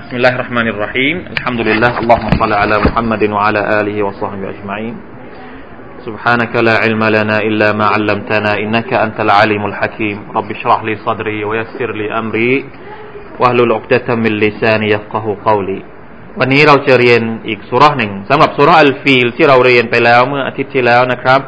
بسم الله الرحمن الرحيم الحمد لله اللهم صل على محمد وعلى آله وصحبه أجمعين سبحانك لا علم لنا إلا ما علمتنا إنك أنت العليم الحكيم رب اشرح لي صدري ويسر لي أمري واحلل عقدة من لساني يفقهوا قولي วันนี้เราจะเรียนอีกซูเราะห์หนึ่งสำหรับซูเราะห์อัลฟีลที่เราเรียนไปแล้วเมื่ออาทิตย์ที่แล้วนะครับ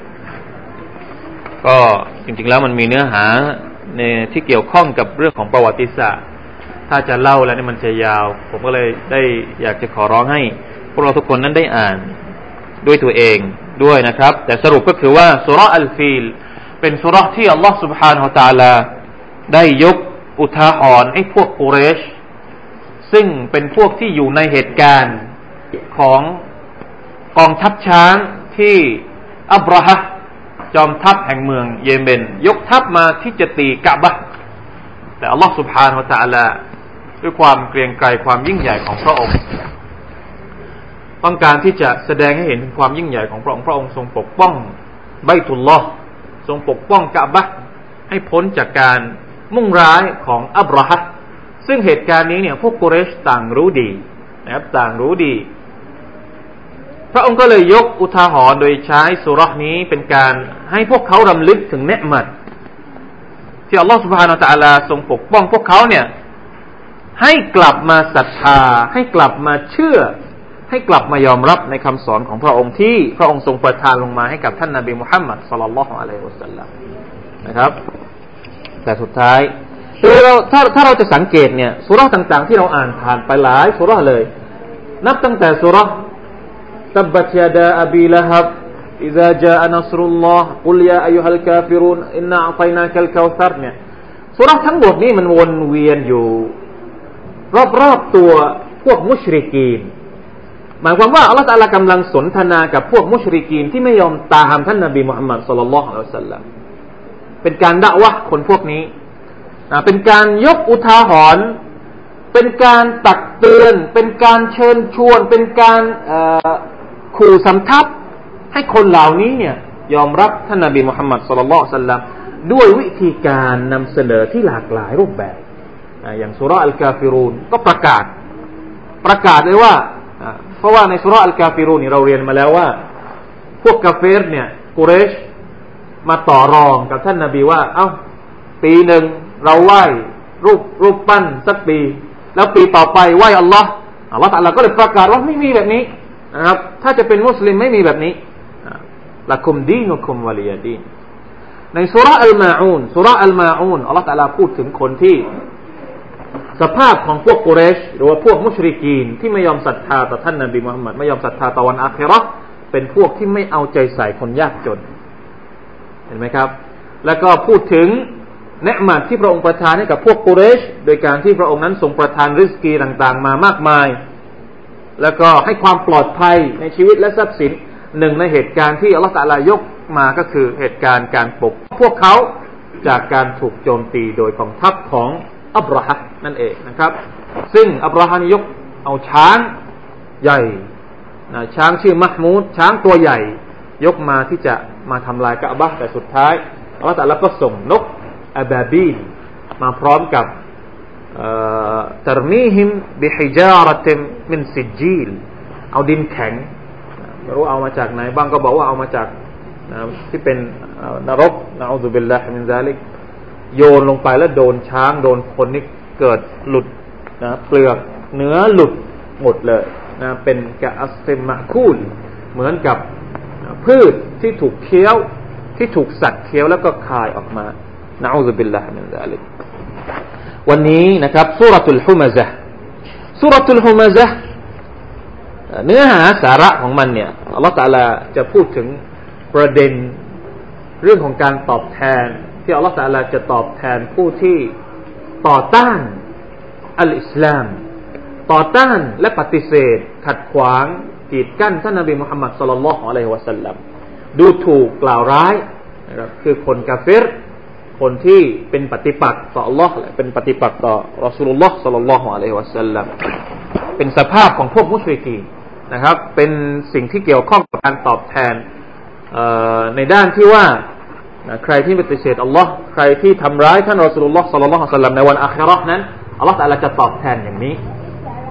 ก็จริงๆแล้วมันมีเนื้อหาในที่เกี่ยวข้องกับเรื่องของประวัติศาสตร์ถ้าจะเล่าแล้วนี่มันจะยาวผมก็เลยได้อยากจะขอร้องให้พวกเราทุกคนนั้นได้อ่านด้วยตัวเองด้วยนะครับแต่สรุปก็คือว่าซูเราะห์อัลฟีลเป็นซูเราะห์ที่อัลลอฮฺ سبحانه และ تعالى ได้ยกอุทาหรณ์ให้พวกกุเรชซึ่งเป็นพวกที่อยู่ในเหตุการณ์ของกองทัพช้างที่อับราฮะจอมทัพแห่งเมืองเยเมนยกทัพมาที่จะตีกะบะห์แต่อัลลอฮฺ سبحانه และ تعالى ด้วยความเกรียงไกรความยิ่งใหญ่ของพระองค์ต้องการที่จะแสดงให้เห็นถึงความยิ่งใหญ่ของพระองค์พระองค์ทรงปกป้องบัยตุลลอฮ์ทรงปกป้องกะบะห์ให้พ้นจากการมุ่งร้ายของอับราฮะซึ่งเหตุการณ์นี้เนี่ยพวกกุเรชต่างรู้ดีนะครับต่างรู้ดีพระองค์ก็เลยยกอุทาหรณ์โดยใช้ซูเราะห์นี้เป็นการให้พวกเขารำลึกถึงเนืมัตที่อัลลอฮฺ سبحانه และ تعالى ทรงปกป้องพวกเขาเนี่ยให้กลับมาศรัทธาให้กลับมาเชื่อให้กลับมายอมรับในคำสอนของพระองค์ที่พระองค์ทรงประทานลงมาให้กับท่านนบีมุฮัมมัดศ็อลลัลลอฮุอะลัยฮิวะซัลลัมนะครับแต่สุดท้ายถ้าเราจะสังเกตเนี่ยซูเราะห์ต่างๆที่เราอ่านผ่านไปหลายซูเราะห์เลยนับตั้งแต่ซูเราะห์ตับบัตยาดาอบีละฮับإذا جاء نصر الله قل يا أيها الكافرون إنا أعطيناك الكوثر เนี่ยซูเราะห์ทั้งหมดนี้มันวนเวียนอยู่รอบๆตัวพวกมุชริกีนหมายความว่าอัลเลาะห์ตะอาลากำลังสนทนากับพวกมุชริกีนที่ไม่ยอมตามท่านนบีมุฮัมมัดศ็อลลัลลอฮุอะลัยฮิวะซัลลัมเป็นการดะอ์วะห์คนพวกนี้เป็นการยกอุทาหรณ์เป็นการตักเตือนเป็นการเชิญชวนเป็นการขู่สำทับให้คนเหล่านี้เนี่ยยอมรับท่านนบีมุฮัมมัดศ็อลลัลลอฮุอะลัยฮิวะซัลลัมด้วยวิธีการนำเสนอที่หลากหลายรูปแบบอย่างซูเราะห์อัลกาฟิรูนก็ประกาศเลยว่าเพราะว่าในซูเราะห์อัลกาฟิรูนนี่เราเรียนมาแล้วว่าพวกกาเฟรเนี่ยกุเรชมาต่อรองกับท่านนบีว่าเอ้าปีหนึ่งเราไหว้รูปปั้นสักปีแล้วปีต่อไปไหว้อัลลอฮ์ตะอาลาก็เลยประกาศว่าไม่มีแบบนี้นะครับถ้าจะเป็นมุสลิมไม่มีแบบนี้ละกุมดีนุคุมวะลิยะดีนในซูเราะห์อัลมาอูนซูเราะห์อัลมาอูนอัลเลาะห์ตะอาลาพูดถึงคนที่สภาพของพวกกุเรชหรือว่าพวกมุชริกีนที่ไม่ยอมศรัทธาต่อท่านนบีมุฮัมมัดไม่ยอมศรัทธาต่อวันอาคิเราะห์เป็นพวกที่ไม่เอาใจใส่คนยากจนเห็นไหมครับแล้วก็พูดถึงเนืมัตที่พระองค์ประทานให้กับพวกกุเรชโดยการที่พระองค์นั้นทรงประทานริสกีต่างๆมามากมายแล้วก็ให้ความปลอดภัยในชีวิตและทรัพย์สินหนึ่งในเหตุการณ์ที่อัลเลาะห์ตะอาลายกมาก็คือเหตุการณ์การปกพวกเขาจากการถูกโจมตีโดยกองทัพของอับราฮะนั่นเองนะครับซึ่งอับราฮะยกเอาช้างใหญ่ช้างชื่อมะห์มูดช้างตัวใหญ่ยกมาที่จะมาทำลายกะอ์บะห์แต่สุดท้ายอัลเลาะห์ตะอาลาก็ส่งนกอะบาบีลมาพร้อมกับตรมีฮิมบิฮิจาระติมมินซิจญีลเอาดินแข็งไม่รู้เอามาจากไหนบางก็บอกว่าเอามาจากที่เป็นนรกนะอูซุบิลลาฮิมินซาลิกโยนลงไปแล้วโดนช้างโดนคนนี่เกิดหลุดนะเปลือกเนื้อหลุดหมดเลยนะเป็นกะอัสซิมมะคูลเหมือนกับพืชที่ถูกเคี้ยวที่ถูกสัตว์เคี้ยวแล้วก็คายออกมานะอูซุบิลลาฮิมินซาลิกวันนี้นะครับซูเราะตุลฮุมะซะห์ซูเราะตุลฮุมะซะห์เนื้อหาสาระของมันเนี่ยอัลเลาะห์ตะอาลาจะพูดถึงประเด็นเรื่องของการตอบแทนที่อัลเลาะห์ตะอาลาจะตอบแทนผู้ที่ต่อต้านอัลอิสลามต่อต้านและปฏิเสธขัดขวางกีดกั้นท่านนบีมุฮัมมัดศ็อลลัลลอฮุอะลัยฮิวะซัลลัมดูถูกกล่าวร้ายนะครับคือคนกาเฟรคนที่เป็นปฏิปักษ์ต่ออัลเลาะห์และเป็นปฏิปักษ์ต่อรอซูลุลลอฮ์ศ็อลลัลลอฮุอะลัยฮิวะซัลลัมเป็นสภาพของพวกมุชริกีนนะครับเป็นสิ่งที่เกี่ยวข้องกับการตอบแทนในด้านที่ว่าใครที่ปฏิเสธอัลลอฮ์ใครที่ทำร้ายท่านรอซูลุลลอฮ์ศ็อลลัลลอฮุอะลัยฮิวะซัลลัมในวันอาคิเราะห์นั้นอัลเลาะห์ตะอาลาจะตอบแทนอย่างนี้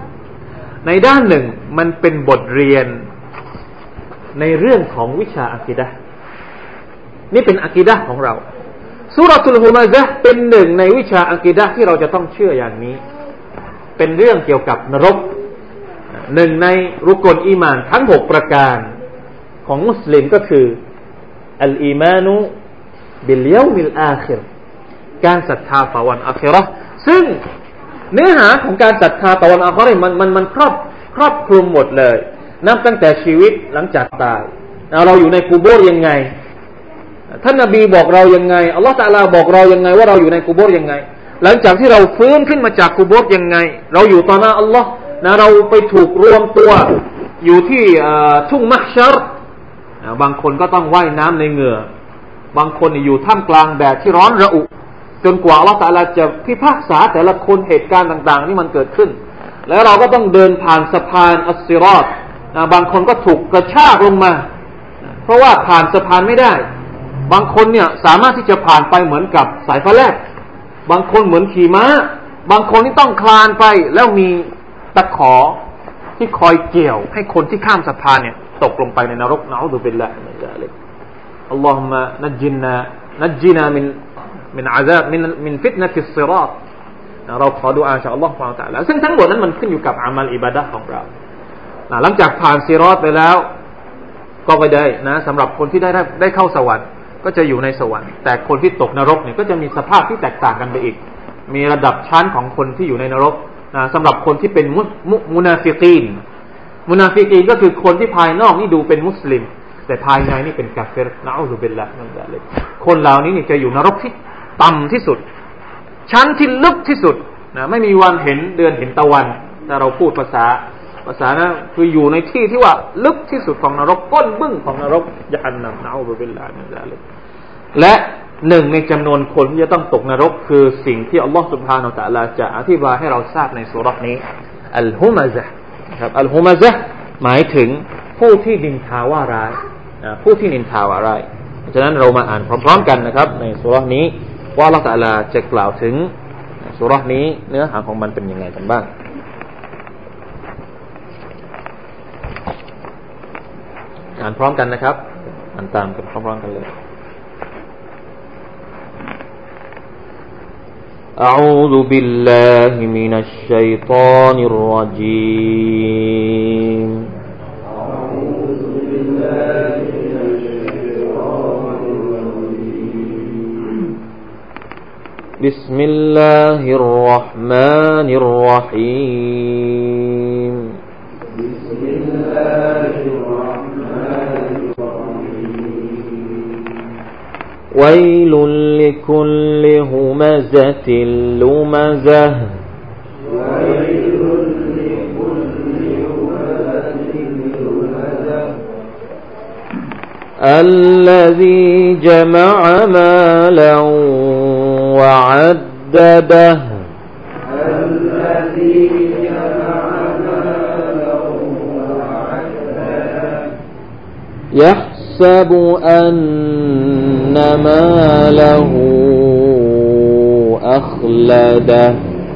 ในด้านหนึ่งมันเป็นบทเรียนในเรื่องของวิชาอะกีดะห์นี่เป็นอะกีดะห์ของเราซูเราะตุลฮุมะซะห์เป็นหนึ่งในวิชาอะกีดะห์ที่เราจะต้องเชื่ออย่างนี้เป็นเรื่องเกี่ยวกับนรกหนึ่งในรุกนอีมานทั้ง6ประการของมุสลิมก็คืออัลอีมานุบิลยอมิลอาคิรการศรัทธาต่อวันอาคิเราะห์ซึ่งเนื้อหาของการศรัทธาต่อวันอาคิเราะห์มันครอบคลุมหมดเลยนับตั้งแต่ชีวิตหลังจากตายเราอยู่ในกุโบร์ยังไงท่านนบีบอกเรายังไงอัลลอฮฺตะอาลาบอกเรายังไงว่าเราอยู่ในกุโบร์ยังไงหลังจากที่เราฟื้นขึ้นมาจากกุโบร์ยังไงเราอยู่ต่อหน้าอัลลอฮ์เราไปถูกรวมตัวอยู่ที่ทุ่งมัฮชัรบางคนก็ต้องว่ายน้ำในเหงื่อบางคนอยู่ท่ามกลางแดดที่ร้อนระอุจนกว่าอัลลอฮฺตะอาลาจะพิพากษาแต่ละคนเหตุการณ์ต่างๆที่มันเกิดขึ้นแล้วเราก็ต้องเดินผ่านสะพานอัสซิรอตบางคนก็ถูกกระชากลงมาเพราะว่าผ่านสะพานไม่ได้บางคนเนี่ยสามารถที่จะผ่านไปเหมือนกับสายฟ้าแลบบางคนเหมือนขี่ม้าบางคนที่ต้องคลานไปแล้วมีตะขอที่คอยเกี่ยวให้คนที่ข้ามสะพานเนี่ยตกลงไปในนรกนะอูซุบิลลาฮิมินซาลิกอัลลอฮุมะนัจญินามินอาซาบมินฟิตนะติสซิรอตเราขอดุอาอินชาอัลลอฮฺซุบฮานะฮูวะตะอาลาซึ่งทั้งหมดนั้นมันขึ้นอยู่กับอามัลอิบาดะห์ของเราหลังจากผ่านซิรอตไปแล้วก็ไปได้นะสำหรับคนที่ได้เข้าสวรรค์ก็จะอยู่ในสวรรค์แต่คนที่ตกนรกเนี่ยก็จะมีสภาพที่แตกต่างกันไปอีกมีระดับชั้นของคนที่อยู่ในนรกสำหรับคนที่เป็นมุนาฟิกีนก็คือคนที่ภายนอกนี่ดูเป็นมุสลิมแต่ภายในนี่เป็นกาเฟรนะอูซุบิลลาฮิมินซาลิกคนเหล่านี้นี่จะอยู่นรกที่ต่ำที่สุดชั้นที่ลึกที่สุดนะไม่มีวันเห็นเดือนเห็นตะวันถ้าเราพูดภาษานะคืออยู่ในที่ที่ว่าลึกที่สุดของนรกก้นบึ้งของนรกยะฮันนัมนะอูซุบิลลาฮิมินซาลิกและหนึ่งในจำนวนคนที่จะต้องตกนรกคือสิ่งที่อัลลอฮฺซุบฮานะฮูวะตะอาลาจะอธิบายให้เราทราบในซูเราะห์นี้อัลฮุมะซะห์ครับอัลฮุมะซะห์หมายถึงผู้ที่นินทาว่าร้ายผู้ที่นินทาว่าร้ายฉะนั้นเรามาอ่านพร้อมๆกันนะครับในซูเราะห์นี้ว่าอัลลอฮฺตะอาลาจะกล่าวถึงซูเราะห์นี้เนื้อหาของมันเป็นยังไงกันบ้างอ่านพร้อมกันนะครับอ่านตามกันพร้อมๆกันเลย أعوذ بالله من الشيطان الرجيم أعوذ بالله من الشيطان الرجيم بسم الله الرحمن الرحيم بسم الله الرحمن الرحيم ويل لكل همزة لمزة ويل لكل همزة لمزة الذي جمع مالا وعدده الذي جمع مالا وعدده يحسب أن ماله أخلده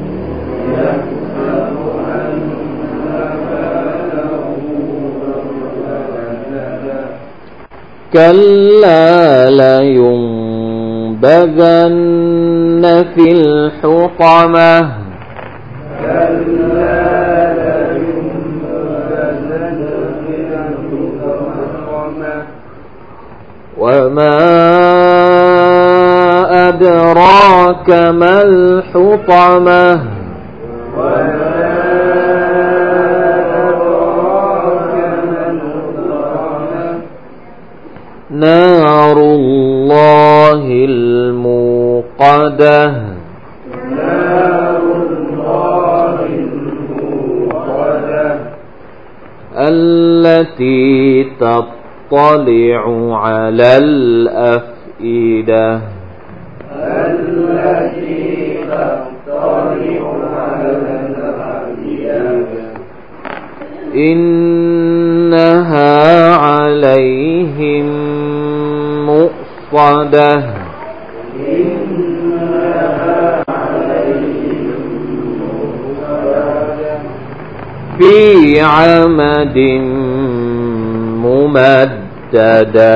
كلا لينبذن في الحطمة وما أدراك ما الحطمة نار الله الموقدة التي تطلع على الأفئدة إنها عليهم مؤصدة في عمد ممددة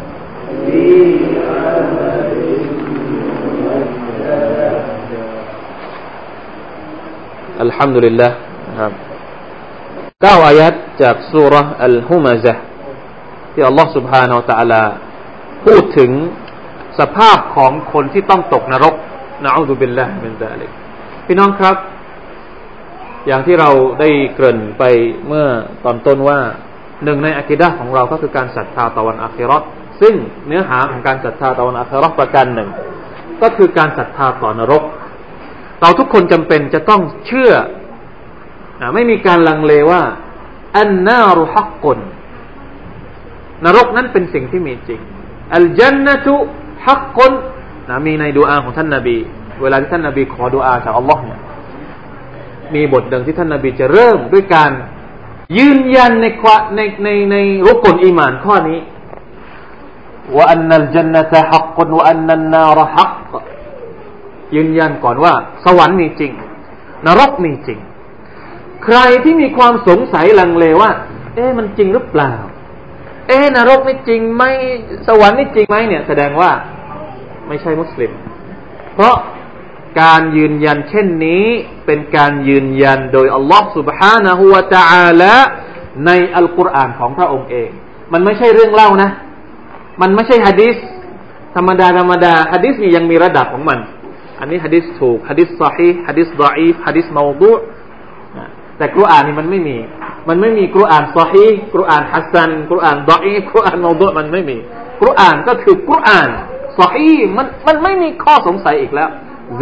อัลฮัมดุลิลลาห์ครับ9 อายัดจากซูเราะห์อัลฮุมะซะห์ที่อัลลอฮฺ سبحانه และ تعالى พูดถึงสภาพของคนที่ต้องตกนรกนะอูซุบิลลาฮิมินซาลิกพี่น้องครับอย่างที่เราได้เกริ่นไปเมื่อตอนต้นว่าหนึ่งในอะกีดะห์ของเราก็คือการศรัทธาต่อวันอาคิเราะห์ซึ่งเนื้อหาของการศรัทธาต่อวันอาคิเราะห์ประการหนึ่งก็คือการศรัทธาต่อนรกเราทุกคนจำเป็นจะต้องเชื่อไม่มีการลังเลว่าอันนารุฮักกุนนรกนั้นเป็นสิ่งที่มีจริงอัลญันนะตุฮักกุนมีในดุอาของท่านนบีเวลาที่ท่านนบีขอดุอาจากอัลลอฮ์เนี่ยมีบทหนึ่งที่ท่านนบีจะเริ่มด้วยการยืนยันในรุกลอีหม่านข้อนี้ว่าอันนัลญันนะตะฮักกุนวะอันนันนารฮักยืนยันก่อนว่าสวรรค์มีจริงนรกมีจริงใครที่มีความสงสัยลังเลว่ามันจริงหรือเปล่านรกนี่จริงไหมสวรรค์นี่จริงไหมเนี่ยแสดงว่าไม่ใช่มุสลิมเพราะการยืนยันเช่นนี้เป็นการยืนยันโดยอัลลอฮฺ سبحانه และ تعالى ในอัลกุรอานของพระองค์เองมันไม่ใช่เรื่องเล่านะมันไม่ใช่หะดีษธรรมดาหะดีษนี่ยังมีระดับของมันอันนี้หะดีษถูกหะดีษซอฮีห์หะดีษฎออีฟหะดีษเมาฎูอ์แต่กุรอานนี่มันไม่มีกุรอานซอฮีฮ์กุรอานฮัสซันกุรอานฎออีฟกุรอานเมาฎูอ์มันไม่มีกุรอานก็คือกุรอานซอฮีฮ์มันไม่มีข้อสงสัยอีกแล้ว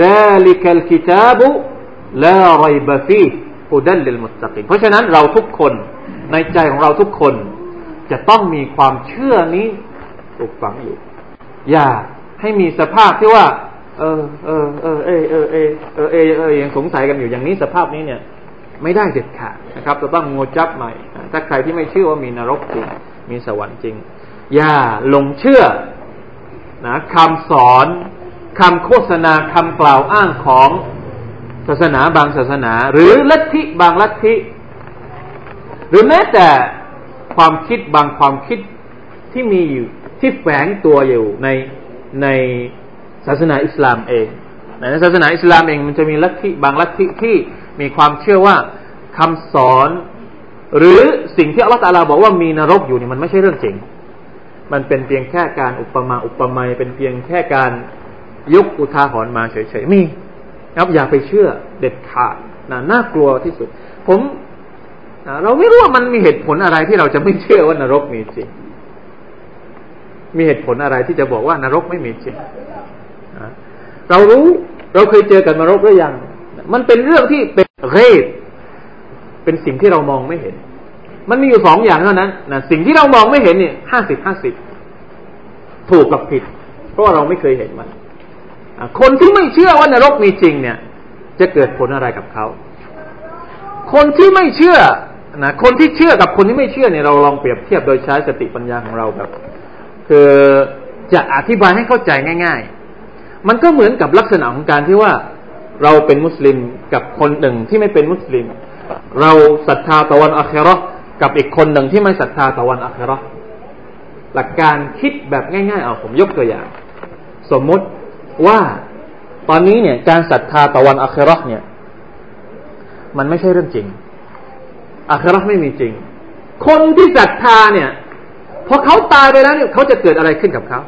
ذلك الكتاب لا ريب فيه هدى للمتقينเพราะฉะนั้นเราทุกคนในใจของเราทุกคนจะต้องมีความเชื่อนี้ปลูกฝังอยู่อย่าให้มีสภาพที่ว่ายังสงสัยกันอยู่อย่างนี้สภาพนี้เนี่ยไม่ได้เด็ดขาดนะครับจะต้องงดจับใหม่ถ้าใครที่ไม่เชื่อว่ามีนรกจริงมีสวรรค์จริงอย่าหลงเชื่อนะคำสอนคำโฆษณาคำกล่าวอ้างของศาสนาบางศาสนาหรือลัทธิบางลัทธิหรือแม้แต่ความคิดบางความคิดที่มีอยู่ที่แฝงตัวอยู่ในศาสนาอิสลามเองในศาสนาอิสลามเองมันจะมีลัทธิบางลัทธิที่มีความเชื่อว่าคำสอนหรือสิ่งที่อัลเลาะห์ตะอาลาบอกว่ามีนรกอยู่นี่มันไม่ใช่เรื่องจริงมันเป็นเพียงแค่การอุปมาอุปไมยเป็นเพียงแค่การยกอุทาหรณ์มาเฉยๆมีครับอย่าไปเชื่อเด็ดขาดน่ากลัวที่สุดเราไม่รู้ว่ามันมีเหตุผลอะไรที่เราจะไม่เชื่อว่านรกมีจริงมีเหตุผลอะไรที่จะบอกว่านรกไม่มีจริงเราเคยเจอกับนรกหรือยังมันเป็นเรื่องที่เป็นเรศเป็นสิ่งที่เรามองไม่เห็นมันมีอยู่2 อย่างเท่านั้นนะสิ่งที่เรามองไม่เห็นเนี่ย50-50ถูกกับผิดเพราะว่าเราไม่เคยเห็นมันคนที่ไม่เชื่อว่านรกมีจริงเนี่ยจะเกิดผลอะไรกับเขาคนที่ไม่เชื่อนะคนที่เชื่อกับคนที่ไม่เชื่อเนี่ยเราลองเปรียบเทียบโดยใช้สติปัญญาของเราแบบคือจะอธิบายให้เข้าใจง่ายๆมันก็เหมือนกับลักษณะของการที่ว่าเราเป็นมุสลิมกับคนหนึ่งที่ไม่เป็นมุสลิมเราศรัทธาต่อวันอาคิเราะห์กับอีกคนหนึ่งที่ไม่ศรัทธาต่อวันอาคิเราะห์หลักการคิดแบบง่ายๆผมยกตัวอย่างสมมติว่าตอนนี้เนี่ยการศรัทธาต่อวันอาคิเราะห์เนี่ยมันไม่ใช่เรื่องจริงอาคิเราะห์ไม่มีจริงคนที่ศรัทธาเนี่ยพอเขาตายไปแล้วเนี่ยเขาจะเกิดอะไรขึ้นกับเขา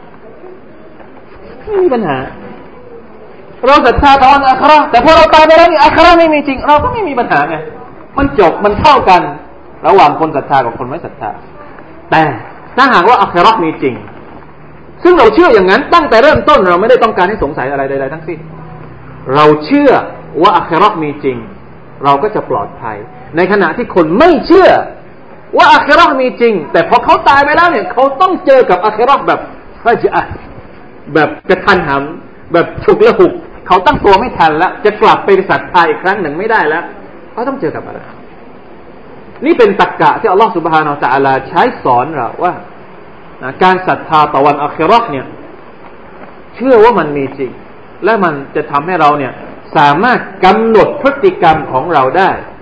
ไม่มีปัญหาเราศรัทธาต่อวันอาคิเราะห์แต่พอเราตายไปแล้วเนี่ยอาคิเราะห์ไม่มีจริงเราก็ไม่มีปัญหาไงมันจบมันเท่ากันระหว่างคนศรัทธากับคนไม่ศรัทธาแต่ถ้าหากว่าอาคิเราะห์มีจริงซึ่งเราเชื่ออย่างนั้นตั้งแต่เริ่มต้นเราไม่ได้ต้องการให้สงสัยอะไรใดๆทั้งสิ้นเราเชื่อว่าอาคิเราะห์มีจริงเราก็จะปลอดภัยในขณะที่คนไม่เชื่อว่าอาคิเราะห์มีจริงแต่พอเขาตายไปแล้วเนี่ยเขาต้องเจอกับอาคิเราะห์แบบฟาญิอะห์แบบกระทันหันแบบฉุกละหุกเขาตั้งตัวไม่ทันแล้วจะกลับไปศรัทธาอีกครั้งหนึ่งไม่ได้แล้วเขาต้องเจอกับอะไรนี่เป็นตรรกะที่อัลลอฮฺ سبحانه และ تعالى ใช้สอนเราว่าการศรัทธาต่อวันอาคิเราะห์เนี่ยเชื่อว่ามันมีจริงและมันจะทำให้เราเนี่ยสามารถกำหนดพฤติกรรมของเราได้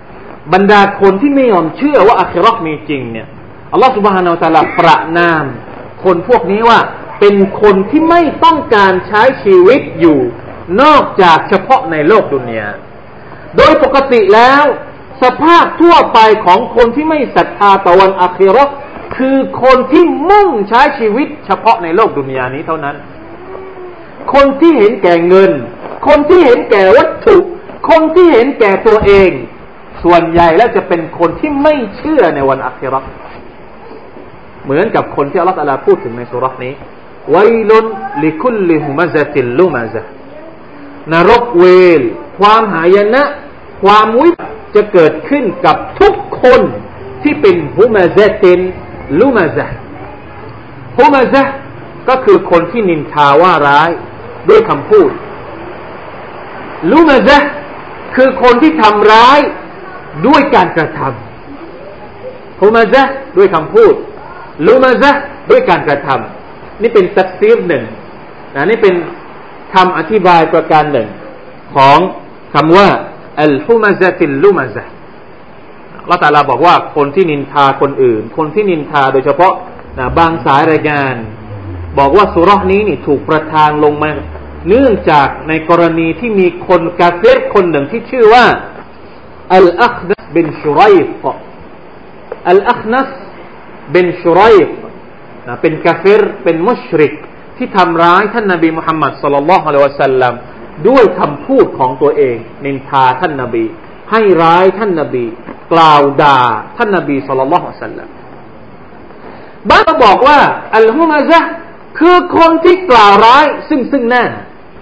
บรรดาคนที่ไม่ยอมเชื่อว่าอาคิเราะห์มีจริงเนี่ยอัลลอฮฺซุบฮานะฮูวะตะอาลาประนามคนพวกนี้ว่าเป็นคนที่ไม่ต้องการใช้ชีวิตอยู่นอกจากเฉพาะในโลกดุนยาโดยปกติแล้วสภาพทั่วไปของคนที่ไม่ศรัทธาต่อวันอาคิเราะห์คือคนที่มุ่งใช้ชีวิตเฉพาะในโลกดุนยานี้เท่านั้นคนที่เห็นแก่เงินคนที่เห็นแก่วัตถุคนที่เห็นแก่ตัวเองส่วนใหญ่แล้วจะเป็นคนที่ไม่เชื่อในวันอาคิเราะห์เหมือนกับคนที่อัลเลาะห์ตะอาลาพูดถึงในซูเราะห์นี้วัยลุนลิคุลลิฮุมะซะติลลุมะซะนรกเวรความหายนะความวิบัติจะเกิดขึ้นกับทุกคนที่เป็นฮุมะซะตินลุมะซะฮุมะซะก็คือคนที่นินทาว่าร้ายด้วยคำพูดลุมะซะคือคนที่ทำร้ายด้วยการกระทำฮุมะซะด้วยคำพูดลุมะซะด้วยการกระทำนี่เป็นตัฟซีรหนึ่งนี่เป็นคำอธิบายประการหนึ่งของคำว่าอัลฮุมะซะติลลุมะซะอัลเลาะห์ตะอาลาบอกว่าคนที่นินทาคนอื่นคนที่นินทาโดยเฉพาะบางสายรายงานบอกว่าซูเราะห์นี้นี่ถูกประทานลงมาเนื่องจากในกรณีที่มีคนกาเฟรคนหนึ่งที่ชื่อว่าอัลอัคนัสบินชุรัยฟอัลอัคนัสบินชุรัยฟเป็นกาเฟรเป็นมุชริกที่ทำร้ายท่านนบีมุฮัมมัดศ็อลลัลลอฮุอะลัยฮิวะซัลลัมด้วยคำพูดของตัวเองนินทาท่านนบีให้ร้ายท่านนบีกล่าวด่าท่านนบีศ็อลลัลลอฮุอะลัยฮิวะซัลลัมบางคนบอกว่าอัลฮุมะซะคือคนที่กล่าวร้ายซึ่งหน้า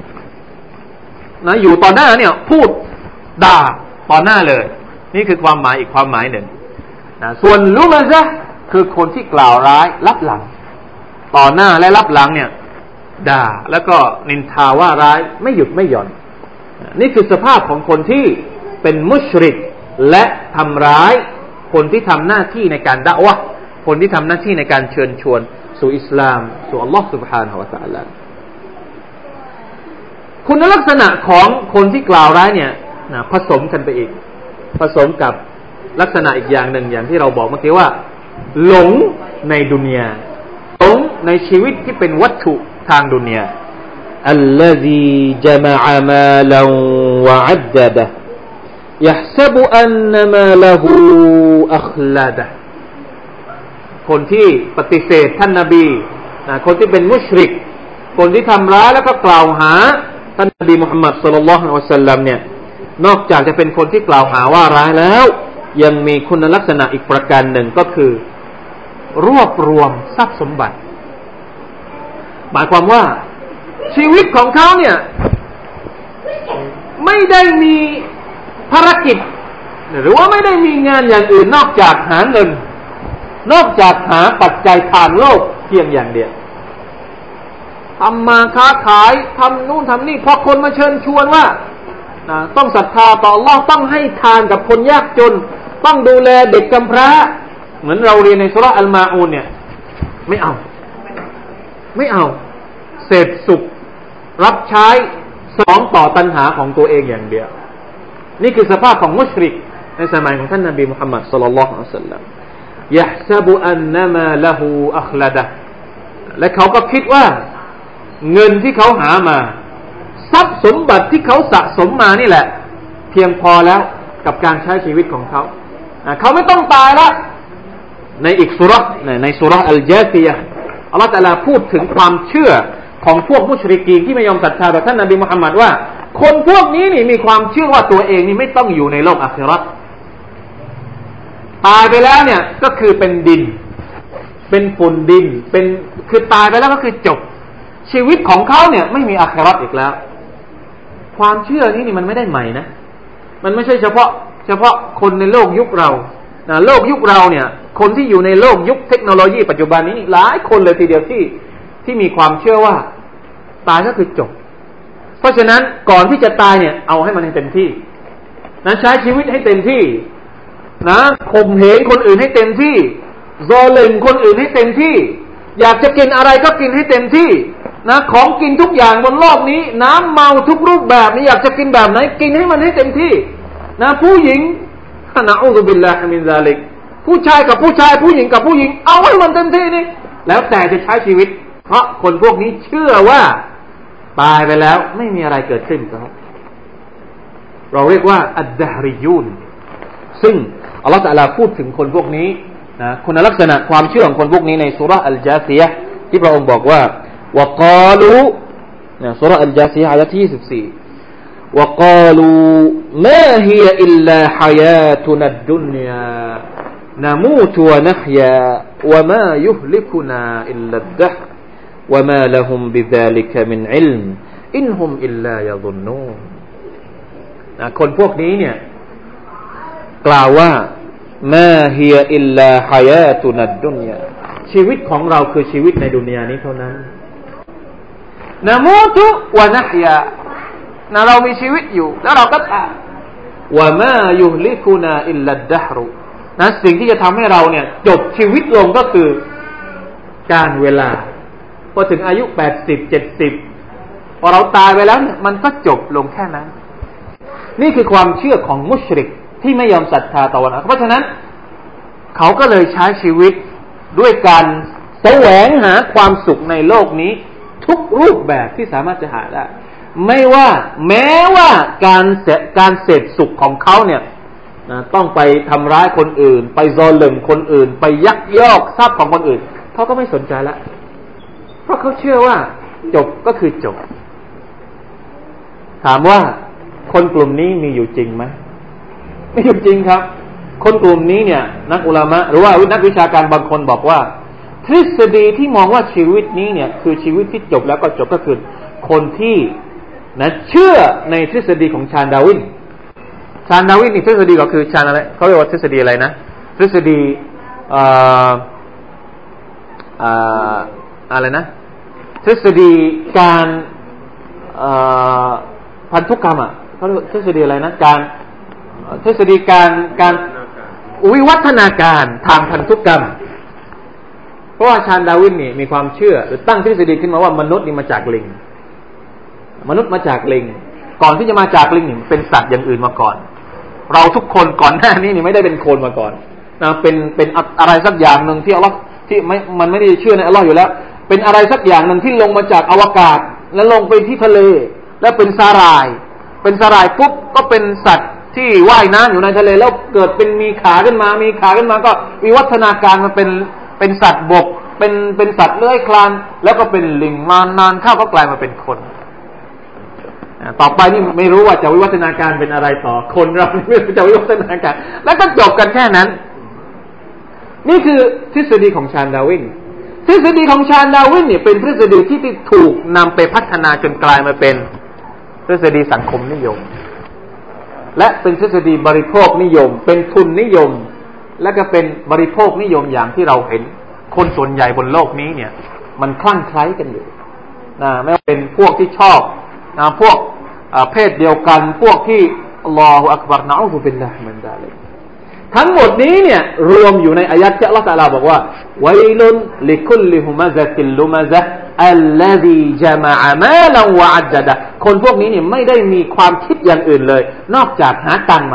อยู่ต่อหน้าเนี่ยพูดด่าต่อหน้าเลยนี่คือความหมายอีกความหมายหนึ่งส่วนลุมะซะคือคนที่กล่าวร้ายลับหลังต่อหน้าและลับหลังเนี่ยด่าแล้วก็นินทาว่าร้ายไม่หยุดไม่หย่อนนี่คือสภาพของคนที่เป็นมุชริกและทำร้ายคนที่ทำหน้าที่ในการดะอ์วะห์คนที่ทำหน้าที่ในการเชิญชวนสู่อิสลามสู่อัลลอฮฺ سبحانه และ تعالى คุณลักษณะของคนที่กล่าวร้ายเนี่ยผสมกันไปอีกผสมกับลักษณะอีกอย่างหนึ่งอย่างที่เราบอกเมื่อกี้ว่าหลงในดุนยาหลงในชีวิตที่เป็นวัตถุทางดุนยาอัลลซีจมะอะมาลันวะอัดดะดะيحسب أن ماله أخلده คนที่ปฏิเสธท่านนบีคนที่เป็นมุชริกคนที่ทำร้ายแล้วก็กล่าวหาท่านนบีมุฮัมมัดศ็อลลัลลอฮุอะลัยฮิวะซัลลัมเนี่ยนอกจากจะเป็นคนที่กล่าวหาว่าร้ายแล้วยังมีคุณลักษณะอีกประการหนึ่งก็คือรวบรวมทรัพย์สมบัติหมายความว่าชีวิตของเขาเนี่ยไม่ได้มีภารกิจหรือว่าไม่ได้มีงานอย่างอื่นนอกจากหาเงินนอกจากหาปัจจัยทางโลกเพียงอย่างเดียวทำมาค้าขายทำนู่นทำนี่พอคนมาเชิญชวนว่าต้องศรัทธาต่ออัลเลาะห์ต้องให้ทานกับคนยากจนต้องดูแลเด็กกำพร้าเหมือนเราเรียนในซูเราะห์อัลมาอูนเนี่ยไม่เอาเสพสุขรับใช้สนองต่อตัณหาของตัวเองอย่างเดียวนี่คือสภาพของมุชริกในสมัยของท่านนบีมุฮัมมัดศ็อลลัลลอฮุอะลัยฮิวะซัลลัมยะห์ซะบุอันนะมาละฮูอัคละดะห์และเขาก็คิดว่าเงินที่เขาหามาทรัพย์สมบัติที่เขาสะสมมานี่แหละเพียงพอแล้วกับการใช้ชีวิตของเขาเขาไม่ต้องตายแล้วในอีกซูเราะห์ในซูเราะห์อัลญาซิยะห์อัลเลาะห์ตะอาลาพูดถึงความเชื่อของพวกมุชริกีนที่ไม่ยอมศรัทธาต่อท่านนบีมุฮัมมัดว่าคนพวกนี้นี่มีความเชื่อว่าตัวเองนี่ไม่ต้องอยู่ในโลกอาคิเราะห์ตายไปแล้วเนี่ยก็คือเป็นดินเป็นฝุ่นดินเป็นคือตายไปแล้วก็คือจบชีวิตของเขาเนี่ยไม่มีอาคิเราะห์อีกแล้วความเชื่อนี้นี่มันไม่ได้ใหม่นะมันไม่ใช่เฉพาะคนในโลกยุคเราโลกยุคเราเนี่ยคนที่อยู่ในโลกยุคเทคโนโลยีปัจจุบันนี้หลายคนเลยทีเดียวที่มีความเชื่อว่าตายก็คือจบเพราะฉะนั้นก่อนที่จะตายเนี่ยเอาให้มันให้เต็มที่นะใช้ชีวิตให้เต็มที่นะข่มเหงคนอื่นให้เต็มที่ซอลิมคนอื่นให้เต็มที่อยากจะกินอะไรก็กินให้เต็มที่นะของกินทุกอย่างบนโลกนี้น้ำเมาทุกรูปแบบนี้อยากจะกินแบบไหนกินให้มันให้เต็มที่นะผู้หญิงนะอูซุบิลลาฮิมินซาลิกผู้ชายกับผู้ชายผู้หญิงกับผู้หญิงเอาให้มันเต็มที่นี่แล้วแต่จะใช้ชีวิตเพราะคนพวกนี้เชื่อว่าตายไปแล้วไม่มีอะไรเกิดขึ้นครับเราเรียกว่าอัดดะฮริยูนซึ่งอัลลอฮฺตะอาลาพูดถึงคนพวกนี้นะคุณลักษณะความเชื่อของคนพวกนี้ในซูเราะห์อัลญาซียะห์ที่พระองค์บอกว่าวะกาลูนะซูเราะห์อัลญาซียะห์อายะที่24วะกาลูมาฮิยะอิลลาฮายาตุนัดดุนยานะมูตุวะนะฮยาวะมายุฮลิกุนาอิลลัดดะฮรวะมาละฮุมบิซาลิกะมินอิลมอินฮุมอิลลายะซุนนูนนะคนพวกนี้เนี่ยกล่าวว่ามาฮิยะอิลลาฮายาตุนัดดุนยาชีวิตของเราคือชีวิตในดุนยานี้เท่านั้นนะมูตุวะนะฮยานะเรามีชีวิตอยู่แล้วเราก็ตายวะมายุฮลิกุนาอิลลัดดะฮรนะสิ่งที่จะทำให้เราเนี่ยจบชีวิตลงก็คือการเวลาพอถึงอายุ80 70พอเราตายไปแล้วเนี่ยมันก็จบลงแค่นั้นนี่คือความเชื่อของมุชริกที่ไม่ยอมศรัทธาต่อวันอาคิเราะห์เพราะฉะนั้นเขาก็เลยใช้ชีวิตด้วยการแสวงหาความสุขในโลกนี้ทุกรูปแบบที่สามารถจะหาได้ไม่ว่าแม้ว่าการเสพสุขของเขาเนี่ยต้องไปทำร้ายคนอื่นไปซอลิมคนอื่นไปยักยอกทรัพย์ของคนอื่นเขาก็ไม่สนใจละเพราะเขาเชื่อว่าจบก็คือจบถามว่าคนกลุ่มนี้มีอยู่จริงไหมไม่อยู่จริงครับคนกลุ่มนี้เนี่ยนักอุลามะหรือว่านักวิชาการบางคนบอกว่าทฤษฎีที่มองว่าชีวิตนี้เนี่ยคือชีวิตที่จบแล้วก็จบก็คือคนที่เชื่อในทฤษฎีของชาญดาร์วินนี่ทฤษฎีก็คือชาญอะไรเขาเรียกว่าทฤษฎีอะไรนะทฤษฎีอะไรนะทฤษฎีการพันธุกรรมอ่ะเขาเรียกทฤษฎีอะไรนะการทฤษฎีการวิวัฒนาการทางพันธุกรรมเพราะว่าชาญดาร์วินนี่มีความเชื่อหรือตั้งทฤษฎีขึ้นมาว่ามนุษย์นี่มาจากลิงมนุษย์มาจากลิงก่อนที่จะมาจากลิงนี่เป็นสัตว์อย่างอื่นมาก่อนเราทุกคนก่อนหน้านี้นี่ไม่ได้เป็นคนมาก่อนนะเป็นอะไรสักอย่างนึงที่อัลเลาะห์ที่มันไม่ได้เชื่อในอัลเลาะห์อยู่แล้วเป็นอะไรสักอย่างนึงที่ลงมาจากอวกาศแล้วลงไปที่ทะเลแล้วเป็นสาหร่ายปุ๊บก็เป็นสัตว์ที่ว่ายน้ำอยู่ในทะเลแล้วเกิดเป็นมีขาขึ้นมาก็วิวัฒนาการมาเป็นสัตว์บกเป็นสัตว์เลื้อยคลานแล้วก็เป็นลิงนานเข้าก็กลายมาเป็นคนต่อไปนี่ไม่รู้ว่าจะวิวัฒนาการเป็นอะไรต่อคนเราไม่รู้จะวิวัฒนาการแล้วก็จบกันแค่นั้นนี่คือทฤษฎีของชาญดาร์วินทฤษฎีของชาญดาร์วินเนี่ยเป็นทฤษฎีที่ถูกนำไปพัฒนาจนกลายมาเป็นทฤษฎีสังคมนิยมและเป็นทฤษฎีบริโภคนิยมเป็นทุนนิยมและก็เป็นบริโภคนิยมอย่างที่เราเห็นคนส่วนใหญ่บนโลกนี้เนี่ยมันคลั่งไคล้กันอยู่ไม่ว่าเป็นพวกที่ชอบพวกเพศเดียวกันพวกที่อัลลอฮฺอักบัรนะอูซุบิลลาฮิมินซาลิกทั้งหมดนี้เนี่ยรวมอยู่ในอายะห์ที่อัลเลาะห์ตะอาลาบอกว่าวัยลุนลิคุลลิฮุมะซะติลลุมะซะอัลลซีญะมะอะมาลันวะอัดดะดะคนพวกนี้เนี่ยไม่ได้มีความคิดอย่างอื่นเลยนอกจากหาตังค์มา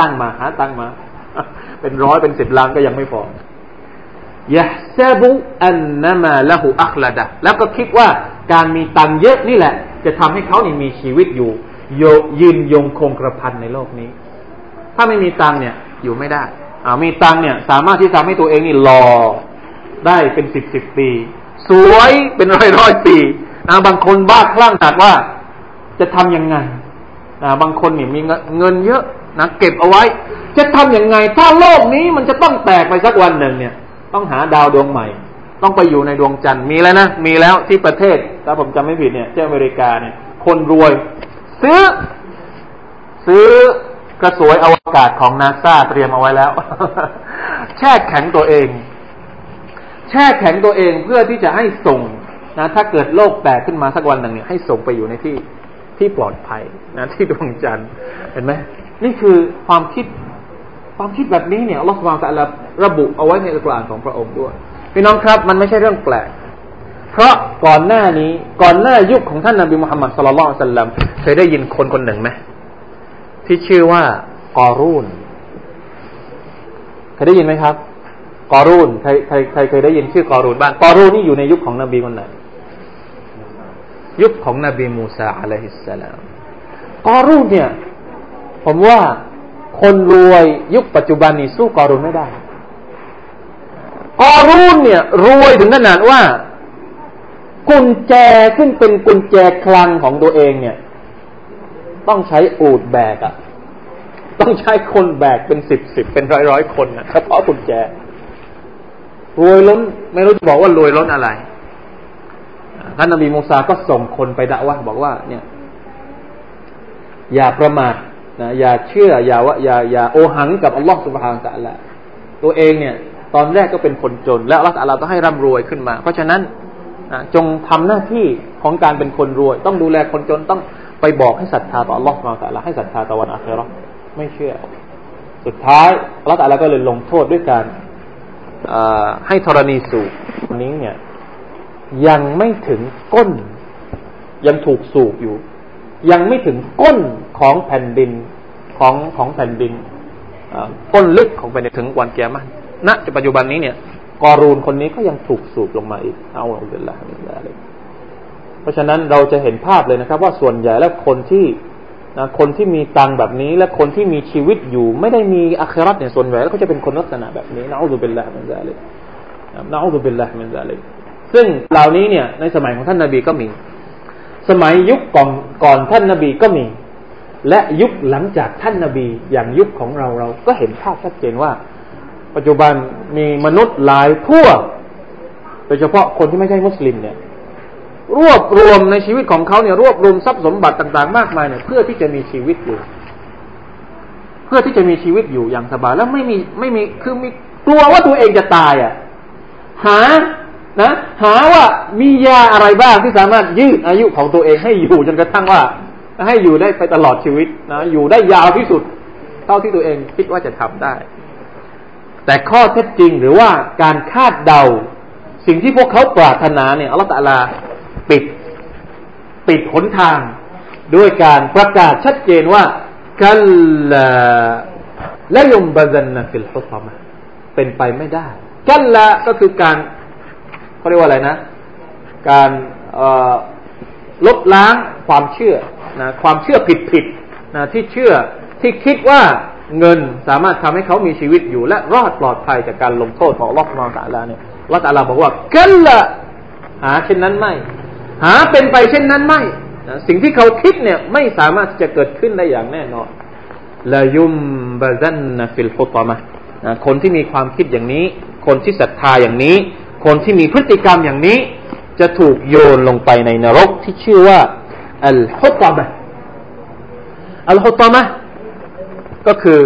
เป็นร้อยเป็น10ล้านก็ยังไม่พอยะซะบุอันนะมาละหูอัคละดะแล้วก็คิดว่าการมีตังค์เยอะนี่แหละจะทำให้เขานี่มีชีวิตอยู่ยืนยงคงกระพันในโลกนี้ถ้าไม่มีตังค์เนี่ยอยู่ไม่ได้มีตังค์เนี่ยสามารถที่จะทำให้ตัวเองนี่หล่อได้เป็น10 ปีสวยเป็นร้อยปีบางคนบ้าคลั่งถามว่าจะทำยังไงบางคนนี่มีเงินเยอะนะเก็บเอาไว้จะทำยังไงถ้าโลกนี้มันจะต้องแตกไปสักวันหนึ่งเนี่ยต้องหาดาวดวงใหม่ต้องไปอยู่ในดวงจันทร์มีแล้วนะมีแล้วที่ประเทศถ้าผมจำไม่ผิดเนี่ยที่อเมริกาเนี่ยคนรวยซื้อกระสวยอวกาศของ NASA เตรียมเอาไว้แล้ว แช่แข็งตัวเองเพื่อที่จะให้ส่งนะถ้าเกิดโลกแตกขึ้นมาสักวันหนึ่งเนี่ยให้ส่งไปอยู่ในที่ปลอดภัยนะที่ดวงจันทร์เห็นไหมนี่คือความคิดแบบนี้เนี่ยอัลเลาะห์ซุบฮานะฮูวะตะอาลาระบุเอาไว้ในอัลกุรอานของพระองค์ด้วยพี่น้องครับมันไม่ใช่เรื่องแปลกเพราะก่อนหน้ายุคของท่านนบีมุฮัมมัดศ็อลลัลลอฮุอะลัยฮิวะซัลลัมเคยได้ยินคนหนึ่งไหมที่ชื่อว่ากอรูนเคยได้ยินไหมครับกอรูนใครเคยได้ยินชื่อกอรูนบ้างกอรูนนี่อยู่ในยุคของนบีคนไหนยุคของนบีมูซาอะลัยฮิสสลามกอรูนเนี่ยผมว่าคนรวยยุคปัจจุบันนี่สู้กอรูนไม่ได้กอรูนเนี่ยรวยถึงขนาดว่ากุญแจซึ่งเป็นกุญแจคลังของตัวเองเนี่ยต้องใช้อูฐแบกอะต้องใช้คนแบกเป็น10เป็นร้อยคนนะเฉพาะกุญแจรวยล้นไม่รู้จะบอกว่ารวยล้นอะไรท่านนบีมูซาก็ส่งคนไปดะวะห์บอกว่าเนี่ยอย่าประมาทนะอย่าเชื่ออย่าโอหังกับอัลลอฮฺซุบฮานะฮูวะตะอาลาตัวเองเนี่ยตอนแรกก็เป็นคนจนแล้วอัลลอฮฺตะอาลาต้องให้ร่ำรวยขึ้นมาเพราะฉะนั้นจงทำหน้าที่ของการเป็นคนรวยต้องดูแลคนจนต้องไปบอกให้ศรัทธาต่ออัลลอฮฺซุบฮานะฮูวะตะอาลาให้ศรัทธาต่อวันอาคิเราะห์ไม่เชื่อสุดท้ายอัลลอฮฺตะอาลาก็เลยลงโทษด้วยการให้ธรณีสูบนี้เนี่ยยังไม่ถึงก้นยังถูกสูบอยู่ยังไม่ถึงก้นของแผ่นดินของแผ่นดินก้นลึกของแผ่นดินถึงวันกิยามะห์ณปัจจุบันนี้เนี่ยกอรูนคนนี้ก็ยังถูกสูบลงมาอีกเอาอัลลอฮฺมินซาลิกเพราะฉะนั้นเราจะเห็นภาพเลยนะครับว่าส่วนใหญ่แล้วคนที่มีตังแบบนี้และคนที่มีชีวิตอยู่ไม่ได้มีอาคิเราะห์เนี่ยส่วนใหญ่แล้วเขาจะเป็นคนลักษณะแบบนี้นะอูซุบิลลาฮิมินซาลิกนะอูซุบิลลาฮิมินซาลิกซึ่งเหล่านี้เนี่ยในสมัยของท่านนบีก็มีสมัยยุคก่อนท่านนบีก็มีและยุคหลังจากท่านนบีอย่างยุคของเราก็เห็นภาพชัดเจนว่าปัจจุบันมีมนุษย์หลายพวกโดยเฉพาะคนที่ไม่ใช่มุสลิมเนี่ยรวบรวมในชีวิตของเขาเนี่ยรวบรวมทรัพย์สมบัติต่างๆมากมายเนี่ยเพื่อที่จะมีชีวิตอยู่อย่างสบายแล้วไม่มีคือมีกลัวว่าตัวเองจะตายหาว่ามียาอะไรบ้างที่สามารถยืดอายุของตัวเองให้อยู่จนกระทั่งว่าให้อยู่ได้ไปตลอดชีวิตนะอยู่ได้ยาวที่สุดเท่าที่ตัวเองคิดว่าจะทำได้แต่ข้อเท็จจริงหรือว่าการคาดเดาสิ่งที่พวกเขาปรารถนาเนี่ยอัลเลาะห์ตะอาลาปิดหนทางด้วยการประกาศชัดเจนว่ากัลลายุมบะซันนะฟิลฮุตมะเป็นไปไม่ได้กัลลาก็คือการเขาเรียกว่าอะไรนะการลบล้างความเชื่อนะความเชื่อผิดนะที่คิดว่าเงินสามารถทำให้เขามีชีวิตอยู่และรอดปลอดภัยจากการลงโทษของอัลเลาะห์ซุบฮานะฮูวะตะอาลาเนี่ยอัลเลาะห์ตะอาลาบอกว่ากัลลาหาเช่นนั้นไม่หาเป็นไปเช่นนั้นไม่นะสิ่งที่เขาคิดเนี่ยไม่สามารถจะเกิดขึ้นได้อย่างแน่นอนลายุมบะซันนะฟิลฮุตมะนะคนที่มีความคิดอย่างนี้คนที่ศรัทธาอย่างนี้คนที่มีพฤติกรรมอย่างนี้จะถูกโยนลงไปในนรกที่ชื่อว่าอัลฮุตมะก็คือ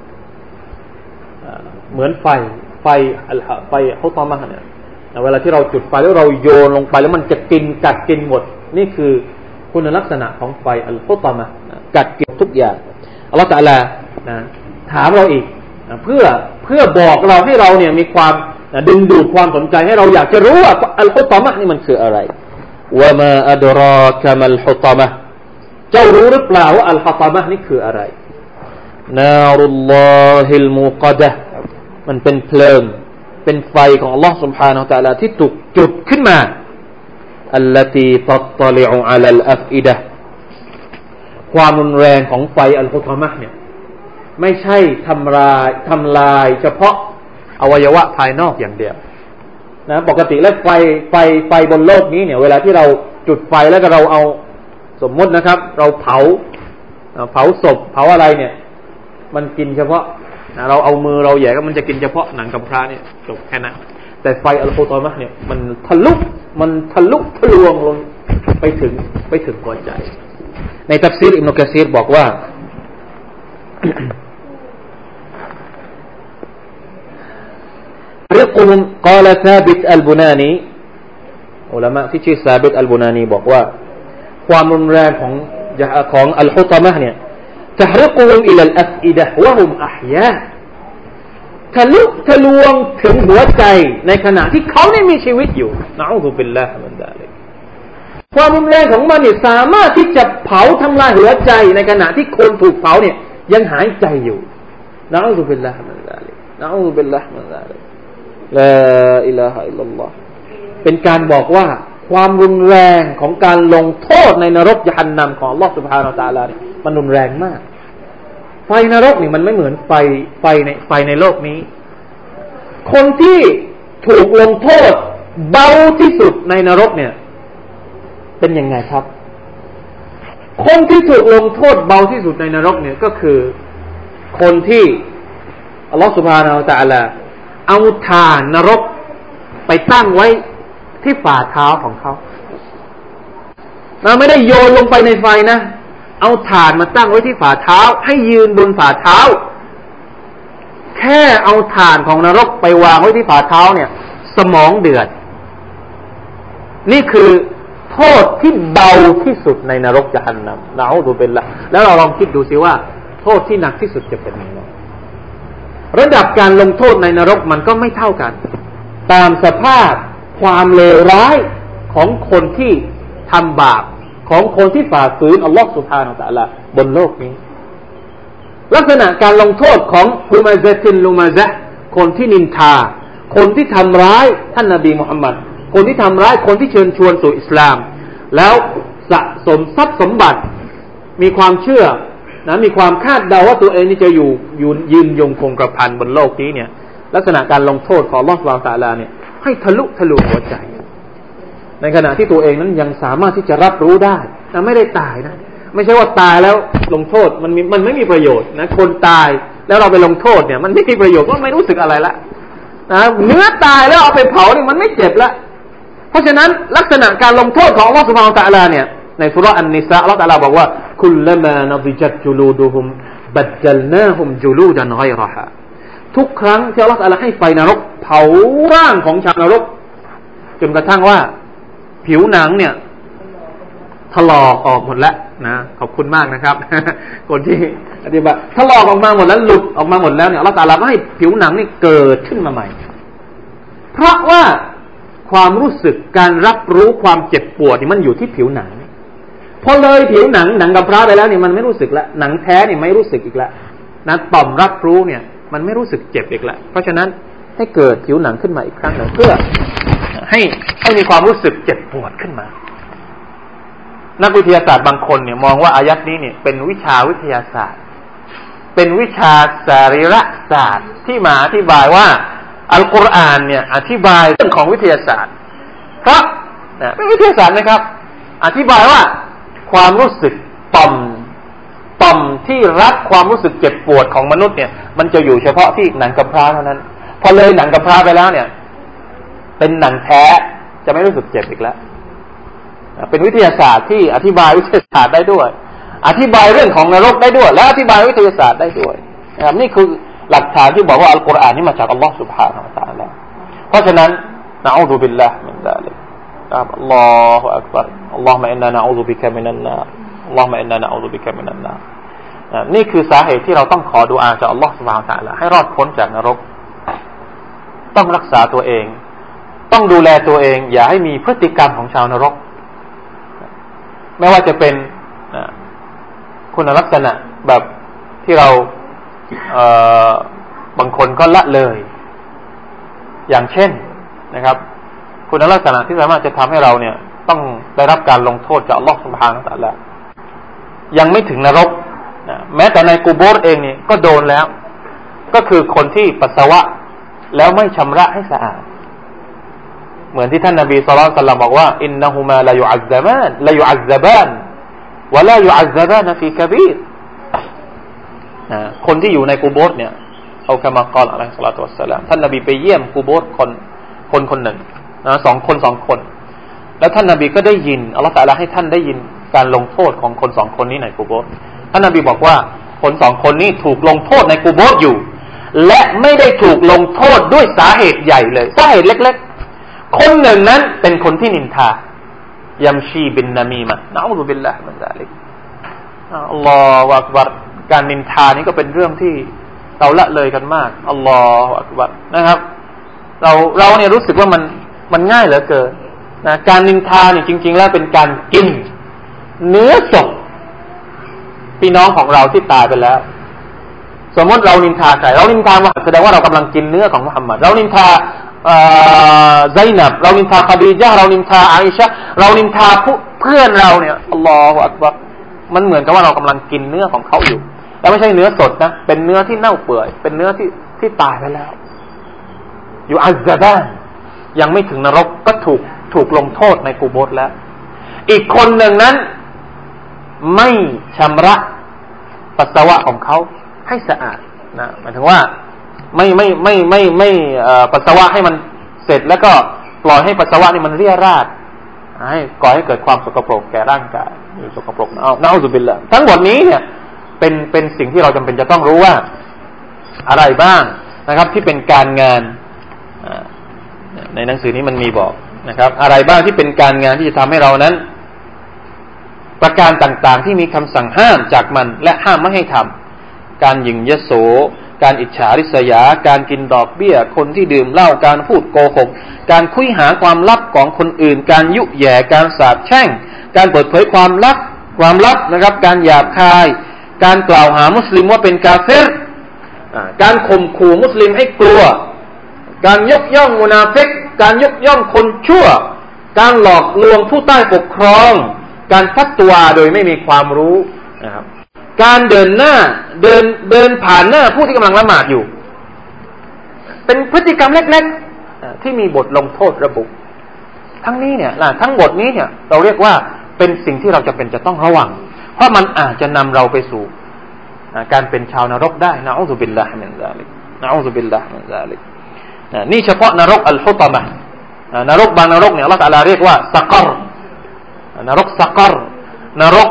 เหมือนไฟฮุตมะเนี่ยเวลาที่เราจุดไฟแล้วเราโยนลงไปแล้วมันจะกัดกินหมดนี่คือคุณลักษณะของไฟอัลฮุตมะกัดกินทุกอย่างอัลเลาะห์ตะอาลาถามเราอีกเพื่อบอกเราให้เราเนี่ยมีความดึงดูดความสนใจให้เราอยากจะรู้ว่าอัลฮุตมะนี่มันคืออะไรวะมาอัดรากะมัลฮุตมะเจ้ารู้หรือเปล่าว่าอัลฮุตมะนี่คืออะไรนารุลลอฮิลมุกะดะห์มันเป็นเพลิงเป็นไฟของอัลลอฮ์ سبحانه และ تعالى ที่ถูกจุดขึ้นมาอัลลตีตัตตลิอุอะลัลอัฟอิดะห์ความรุนแรงของไฟอัลฮุตมะห์เนี่ยไม่ใช่ทำลายเฉพาะอวัยวะภายนอกอย่างเดียวนะปกติแล้วไฟบนโลกนี้เนี่ยเวลาที่เราจุดไฟแล้วก็เราเอาสมมตินะครับเราเผาศพเผาอะไรเนี่ยมันกินเฉพาะเราเอามือเราแหย่ก็มันจะกินเฉพาะหนังกับพระเนี่ยจบแค่นั้นแต่ไฟอัลฮุตมะห์เนี่ยมันทะลุทะลวงลงไปถึงหัวใจในตัฟซีรอิบนุกะซีรบอกว่า رقهم قال ثابت البناني อุลามะที่ชื่อซาบิตอัลบุนานีบอกว่าความรุนแรงของอัลฮุตมะห์เนี่ยتحرقهم إلى الأفئدة وهم أحياء ทะลวงถึงหัวใจในขณะที่เขาได้มีชีวิตอยู่นะอูซุบิลลาฮิมินซาลิกความรุนแรงของมันเนี่ยสามารถที่จะเผาทำลายหัวใจในขณะที่คนถูกเผาเนี่ยยังหายใจอยู่นะอูซุบิลลาฮิมินซาลิกนะอูบิลลาฮิมินซาลิกลาอิลาฮะอิลลัลลอฮ์เป็นการบอกว่าความรุนแรงของการลงโทษในนรกยะฮันนัมของอัลเลาะห์ซุบฮานะฮูวะตะอาลาเนี่ยมันรุนแรงมากไฟนรกนี่มันไม่เหมือนไฟในโลกนี้คนที่ถูกลงโทษเบาที่สุดในนรกเนี่ยเป็นยังไงครับคนที่ถูกลงโทษเบาที่สุดในนรกเนี่ยก็คือคนที่อัลเลาะห์ซุบฮานะฮูวะตะอาลาเอาถ่านนรกไปตั้งไว้ที่ฝ่าเท้าของเขาเราไม่ได้โยนลงไปในไฟนะเอาถ่านมาตั้งไว้ที่ฝ่าเท้าให้ยืนบนฝ่าเท้าแค่เอาถ่านของนรกไปวางไว้ที่ฝ่าเท้าเนี่ยสมองเดือดนี่คือโทษที่เบาที่สุดในนรกยะฮันนัมนะอูซุบิลลาฮ์แล้วเราลองคิดดูสิว่าโทษที่หนักที่สุดจะเป็นยังไงระดับการลงโทษในนรกมันก็ไม่เท่ากันตามสภาพความเลวร้ายของคนที่ทำบาปของคนที่ฝ่าฝืนอัลลอฮฺซุบฮานะฮูวะตะอาลาบนโลกนี้ลักษณะการลงโทษของลุมาซะตินลุมาซะคนที่นินทาคนที่ทำร้ายท่านนบีมุฮัมมัดคนที่ทำร้ายคนที่เชิญชวนสู่อิสลามแล้วสะสมทรัพย์สมบัติมีความเชื่อนะมีความคาดเดาว่าตัวเองนี่จะอยู่ยืนยงคงกระพันบนโลกนี้เนี่ยลักษณะการลงโทษของอัลเลาะห์ซุบฮานะฮูวะตะอาลาเนี่ยให้ทะลุหัวใจในขณะที่ตัวเองนั้นยังสามารถที่จะรับรู้ได้นะไม่ได้ตายนะไม่ใช่ว่าตายแล้วลงโทษมันไม่มีประโยชน์นะคนตายแล้วเราไปลงโทษเนี่ยมันไม่มีประโยชน์ก็ไม่รู้สึกอะไรละนะเนื้อตายแล้วเอาไปเผานี่มันไม่เจ็บละเพราะฉะนั้นลักษณะการลงโทษของอัลเลาะห์ซุบฮานะฮูวะตะอาลาเนี่ยในซูเราะห์อันนิสาอัลเลาะห์ตะอาลาบอกว่าคุลลามานฎิจัตจุลูดุฮุมบัดดัลนาฮุมจุลูดันฆอยเราะฮาทุกครั้งที่อัลเลาะห์ตะอาลาให้ไฟนรกเผาร่างของชาวนรกจนกระทั่งว่าผิวหนังเนี่ยถลอกออกหมดแล้วนะขอบคุณมากนะครับ คนที่อธิบายถลอกออกมาหมดแล้วหลุดออกมาหมดแล้วเนี่ยอัลเลาะห์ตะอาลาก็ให้ผิวหนังนี่เกิดขึ้นมาใหม่เพราะว่าความรู้สึกการรับรู้ความเจ็บปวดนี่มันอยู่ที่ผิวหนังพอเลยผิวหนังกำพร้าไปแล้วเนี่ยมันไม่รู้สึกแล้วหนังแท้นี่ไม่รู้สึกอีกแล้วนะต่อมรับรู้เนี่ยมันไม่รู้สึกเจ็บอีกแล้วเพราะฉะนั้นให้เกิดผิวหนังขึ้นมาอีกครั้งหนึ่งเพื่อให้มีความรู้สึกเจ็บปวดขึ้นมานักวิทยาศาสตร์บางคนเนี่ยมองว่าอายัดนี้เนี่ยเป็นวิชาวิทยาศาสตร์เป็นวิชาสรีรศาสตร์ที่มาอธิบายว่าอัลกุรอานเนี่ยอธิบายเรื่องของวิทยาศาสตร์เพราะเป็นวิทยาศาสตร์นะครับอธิบายว่าความรู้สึกต่อมที่รับความรู้สึกเจ็บปวดของมนุษย์เนี่ยมันจะอยู่เฉพาะที่หนังกำพร้าเท่านั้นพอเลยหนังกำพร้าไปแล้วเนี่ยเป็นหนังแท้จะไม่รู้สึกเจ็บอีกแล้วเป็นวิทยาศาสตร์ที่อธิบายวิทยาศาสตร์ได้ด้วยอธิบายเรื่องของนรกได้ด้วยและอธิบายวิทยาศาสตร์ได้ด้วยนะครับนี่คือหลักฐานที่บอกว่าอัลกุรอานนี่มาจากอัลลอฮฺ سبحانه และ تعالى เพราะฉะนั้นนะอูซุบิลลาฮ์มินซาลิกครับอัลลอฮฺอักบัรอัลลอฮุมะอินนานะอูซุบิกะมินันนาร์อัลลอฮุมะอินนานะอูซุบิกะมินันนาร์นี่คือสาเหตุที่เราต้องขอดุอาจากอัลลอฮฺ سبحانه และ تعالى ให้รอดพ้นจากนรกต้องรักษาตัวเองต้องดูแลตัวเองอย่าให้มีพฤติกรรมของชาวนรกไม่ว่าจะเป็นคุณลักษณะแบบที่เราบางคนก็ละเลยอย่างเช่นนะครับคุณลักษณะที่สามารถจะทำให้เราเนี่ยต้องได้รับการลงโทษจากอัลเลาะห์ซุบฮานะฮูวะตะอาลายังไม่ถึงนรกแม้แต่ในกุโบร์เองนี่ก็โดนแล้วก็คือคนที่ปัสสาวะแล้วไม่ชำระให้สะอาดเหมือนที่ท่านนบีศ็อลลัลลอฮุอะลัยฮิวะซัลลัมบอกว่าอินนะฮุมาลายุอัซซะบานวะลายุอัซซะบานฟีกะบีรคนที่อยู่ในกุโบร์เนี่ยเอาคำกล่าวอะลัยฮิสซอลาตุวัสสลามท่านนบีไปเยี่ยมกุโบร์คนหนึ่งนะสองคนแล้วท่านนบีก็ได้ยินอัลเลาะห์ตะอาลาให้ท่านได้ยินการลงโทษของคนสองคนนี้ในกุโบร์ท่านนบีบอกว่าคนสองคนนี้ถูกลงโทษในกุโบร์อยู่และไม่ได้ถูกลงโทษด้วยสาเหตุใหญ่เลยสาเหตุเล็กๆคนหนึ่งนั้นเป็นคนที่นินทายัมชีบินนามีมะนะอูซุบิลลาฮิมินซาลิกอัลลอฮฺอักบัรการนินทานี่ก็เป็นเรื่องที่เราละเลยกันมากอัลลอฮฺอักบัรนะครับเราเนี่ยรู้สึกว่ามันง่ายเหลือเกินนะการนินทาเนี่ยจริงๆแล้วเป็นการกินเนื้อศพพี่น้องของเราที่ตายไปแล้วสมมติเรานินทาใครเรานินทาว่าแสดงว่าเรากำลังกินเนื้อของมุฮัมมัดเรานินทาไซนับเรานินทาคดีญะห์เรานินทาอาอิชะห์เรานินทาเพื่อนเราเนี่ยอัลลอฮฺอักบัรมันเหมือนกับว่าเรากำลังกินเนื้อของเขาอยู่แล้วไม่ใช่เนื้อสดนะเป็นเนื้อที่เน่าเปื่อยเป็นเนื้อที่ตายไปแล้วอยู่อัซซะบานยังไม่ถึงนรกก็ถูกลงโทษในกุโบร์แล้วอีกคนหนึ่งนั้นไม่ชำระปัสสาวะของเขาให้สะอาดนะหมายถึงว่าไม่ปัสสาวะให้มันเสร็จแล้วก็ปล่อยให้ปัสสาวะนี่มันเรี่ยราดให้ก่อให้เกิดความสกปรกแก่ร่างกายมีสกปรกนะอูซุบิลละทั้งหมดนี้เนี่ยเป็นสิ่งที่เราจำเป็นจะต้องรู้ว่าอะไรบ้างนะครับที่เป็นการงานในหนังสือนี้มันมีบอกนะครับอะไรบ้างที่เป็นการงานที่จะทำให้เรานั้นประการต่างๆที่มีคำสั่งห้ามจากมันและห้ามไม่ให้ทำการหยิ่งยโสการอิจฉาริษยาการกินดอกเบี้ยคนที่ดื่มเหล้าการพูดโกหกการคุยหาความลับของคนอื่นการยุแย่การสาปแช่งการเปิดเผยความลับนะครับการหยาบคายการกล่าวหามุสลิมว่าเป็นกาเฟรการข่มขู่มุสลิมให้กลัวการยกย่องมุนาฟิกการยกย่องคนชั่วการหลอกลวงผู้ใต้ปกครองการฟัตวาโดยไม่มีความรู้นะครับการเดินผ่านหน้าผู้ที่กำลังละหมาดอยู่เป็นพฤติกรรมเล็กๆที่มีบทลงโทษระบุทั้งนี้เนี่ยทั้งบทนี้เนี่ยเราเรียกว่าเป็นสิ่งที่เราจะต้องระวังเพราะมันอาจจะนำเราไปสู่การเป็นชาวนรกได้นะอูซุบิลลาฮิมินซาลิกนะอูซุบิลลาฮิมินซาลิกนี่เฉพาะนรกอัลฮุตมะห์นรกบางนรกเนี่ยอัลเลาะห์ตะอาลาเรียกว่าซักรนรกซักรนรก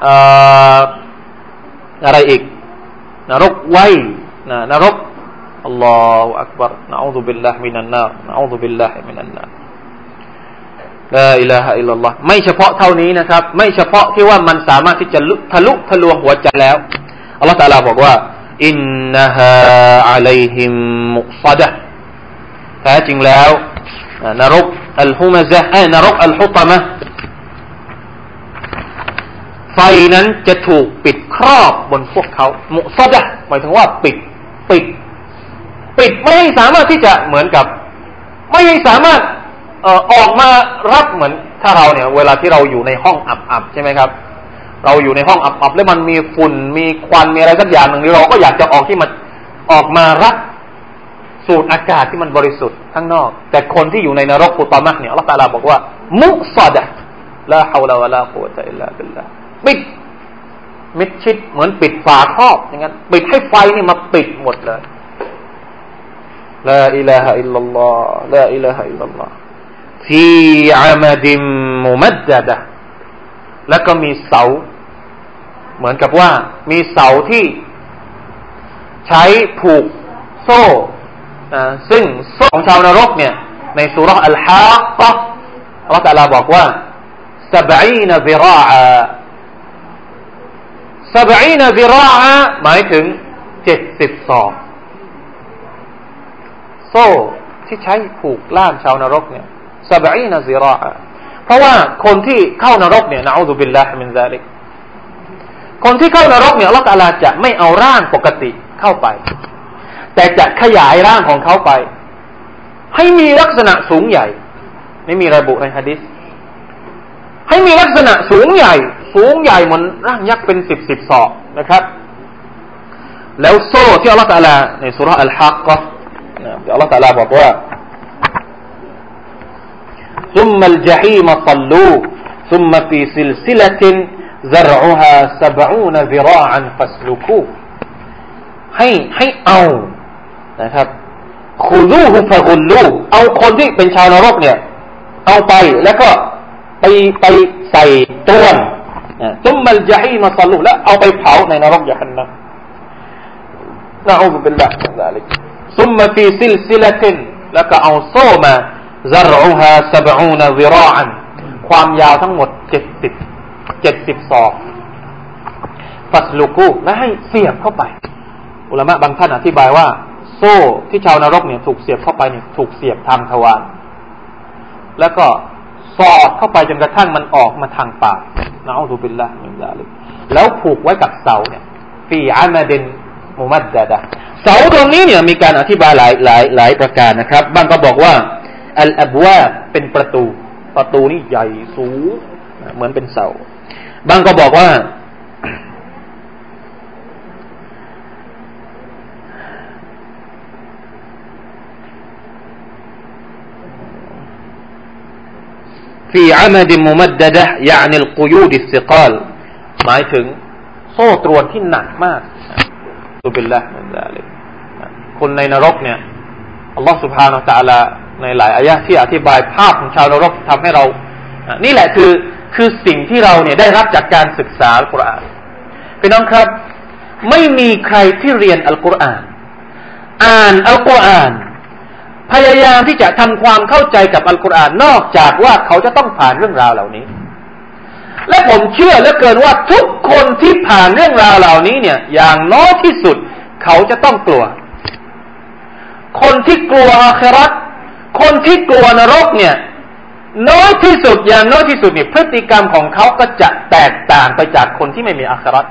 อะไรอีกนรกไว้นรกอัลลอฮฺอักบัรนะอูซุบิลลาฮิมินันนารนะอูซุบิลลาฮิมินันนารลาอิลาฮะอิลลัลลอฮ์ไม่เฉพาะเท่านี้นะครับไม่เฉพาะที่ว่ามันสามารถที่จะทะลุทะลวงหัวใจแล้วอัลลอฮฺตะอาลาบอกว่าอินนะฮาอะลัยฮิมมุศดะห์แท้จริงแล้วนรกอัลฮุมะซะห์นรกอัลฮุตมะห์ไฟนั้นจะถูกปิดครอบบนพวกเขามุศดะห์หมายถึงว่าปิดไม่ให้สามารถที่จะเหมือนกับไม่ให้สามารถออกมารับเหมือนถ้าเราเนี่ยเวลาที่เราอยู่ในห้องอับๆใช่ไหมครับเราอยู่ในห้องอับๆแล้วมันมีฝุ่นมีควันมีอะไรสักอย่างหนึ่งเราก็อยากจะออกที่มันออกมารับสูดอากาศที่มันบริสุทธิ์ข้างนอกแต่คนที่อยู่ในนรกฮุตมะห์เนี่ยอัลเลาะห์ตะอาลาบอกว่ามุศดะห์ลาฮาวลาวะลากุวะตะอิลลาบิลลาห์ปิดมิดชิดเหมือนปิดฝาครอบอย่างนั้นปิดให้ไฟนี่มาปิดหมดเลยลาอิลาฮะอิลลัลลอฮ์ลาอิลาฮะอิลลัลลอฮ์ฟีอะมะดิมมุมัดดะดะห์แล้วก็มีเสาเหมือนกับว่ามีเสาที่ใช้ผูกโซ่ซึ่งโซ่ของชาวนรกเนี่ยในซูเราะห์อัลฮาqqะห์อัลเลาะห์ตะอาลาบอกว่า70 ذراعا 70 ذراعا หมายถึง70 ศอกโซ่ที่ใช้ผูกล่ามชาวนรกเนี่ย70 ذراعا เพราะว่าคนที่เข้านรกเนี่ยนะอูซุบิลลาฮิมินซาลิกคนที่เข้านรกเนี่ยอัลเลาะห์ตะอาลาจะไม่เอาร่างปกติเข้าไปแต่จะขยายร่างของเขาไปให้มีลักษณะสูงใหญ่ไม่มีระบุในหะดีษให้มีลักษณะสูงใหญ่เหมือนร่างยักษ์เป็น10 ศอกนะครับแล้วโซ่ที่อัลเลาะห์ตะอาลาในซูเราะห์อัลฮักก์ที่อัลเลาะห์ตะอาลาบอกว่า ثم الجحيم صلوه ثم في سلسلة زرعها 70 ذراعا فاسلكوه ให้เอานะครับขุลูฮุฟะกุลลูเอาคนที่เป็นชาวนรกเนี่ยเอาไปแล้วก็ไปใส่ต้วนซุมมัลญะฮีมศอลูแล้วเอาไปเผาในนรกยะฮันนัมนะอูซุบิลลาฮิมินซาลิกซุมมะฟีซิลซิละตินแล้วก็เอาโซ่มาซะรอูฮา70 ذراعا ความยาวทั้งหมด70 ศอกฟัสลุกูและให้เสียบเข้าไปอุลามะบางท่านอธิบายว่าโซ่ที่ชาวนรกเนี่ยถูกเสียบเข้าไปเนี่ยถูกเสียบทางทวารแล้วก็สอดเข้าไปจนกระทั่งมันออกมาทางปากนะอูซุบิลลาฮิมินซาลิกแล้วผูกไว้กับเสาเนี่ยฟีอะมะดินมุมัดดะดะเสาตรงนี้เนี่ยมีการอธิบายหลายประการนะครับบางก็บอกว่าอัลอับวาบเป็นประตูนี่ใหญ่สูงเหมือนเป็นเสาบางก็บอกว่าفي عمد ممددة يعني القيود الثقال หมายถึงโซ่ตรวนที่หนักมากตุบิลละมินซาลิกคนในนรกเนี่ยอัลลอฮฺ سبحانه และ تعالى ในหลายอายะห์ที่อธิบายภาพของชาวนรกทำให้เรานี่แหละคือสิ่งที่เราเนี่ยได้รับจากการศึกษาอัลกุรอานพี่น้องครับไม่มีใครที่เรียนอัลกุรอานอ่านอัลกุรอานพยายามที่จะทำความเข้าใจกับอัลกุรอานนอกจากว่าเขาจะต้องผ่านเรื่องราวเหล่านี้และผมเชื่อเหลือเกินว่าทุกคนที่ผ่านเรื่องราวเหล่านี้เนี่ยอย่างน้อยที่สุดเขาจะต้องกลัวคนที่กลัวอาคิเราะห์คนที่กลัวนรกเนี่ยน้อยที่สุดอย่างน้อยที่สุดเนี่ยพฤติกรรมของเขาก็จะแตกต่างไปจากคนที่ไม่มีอาคิเราะห์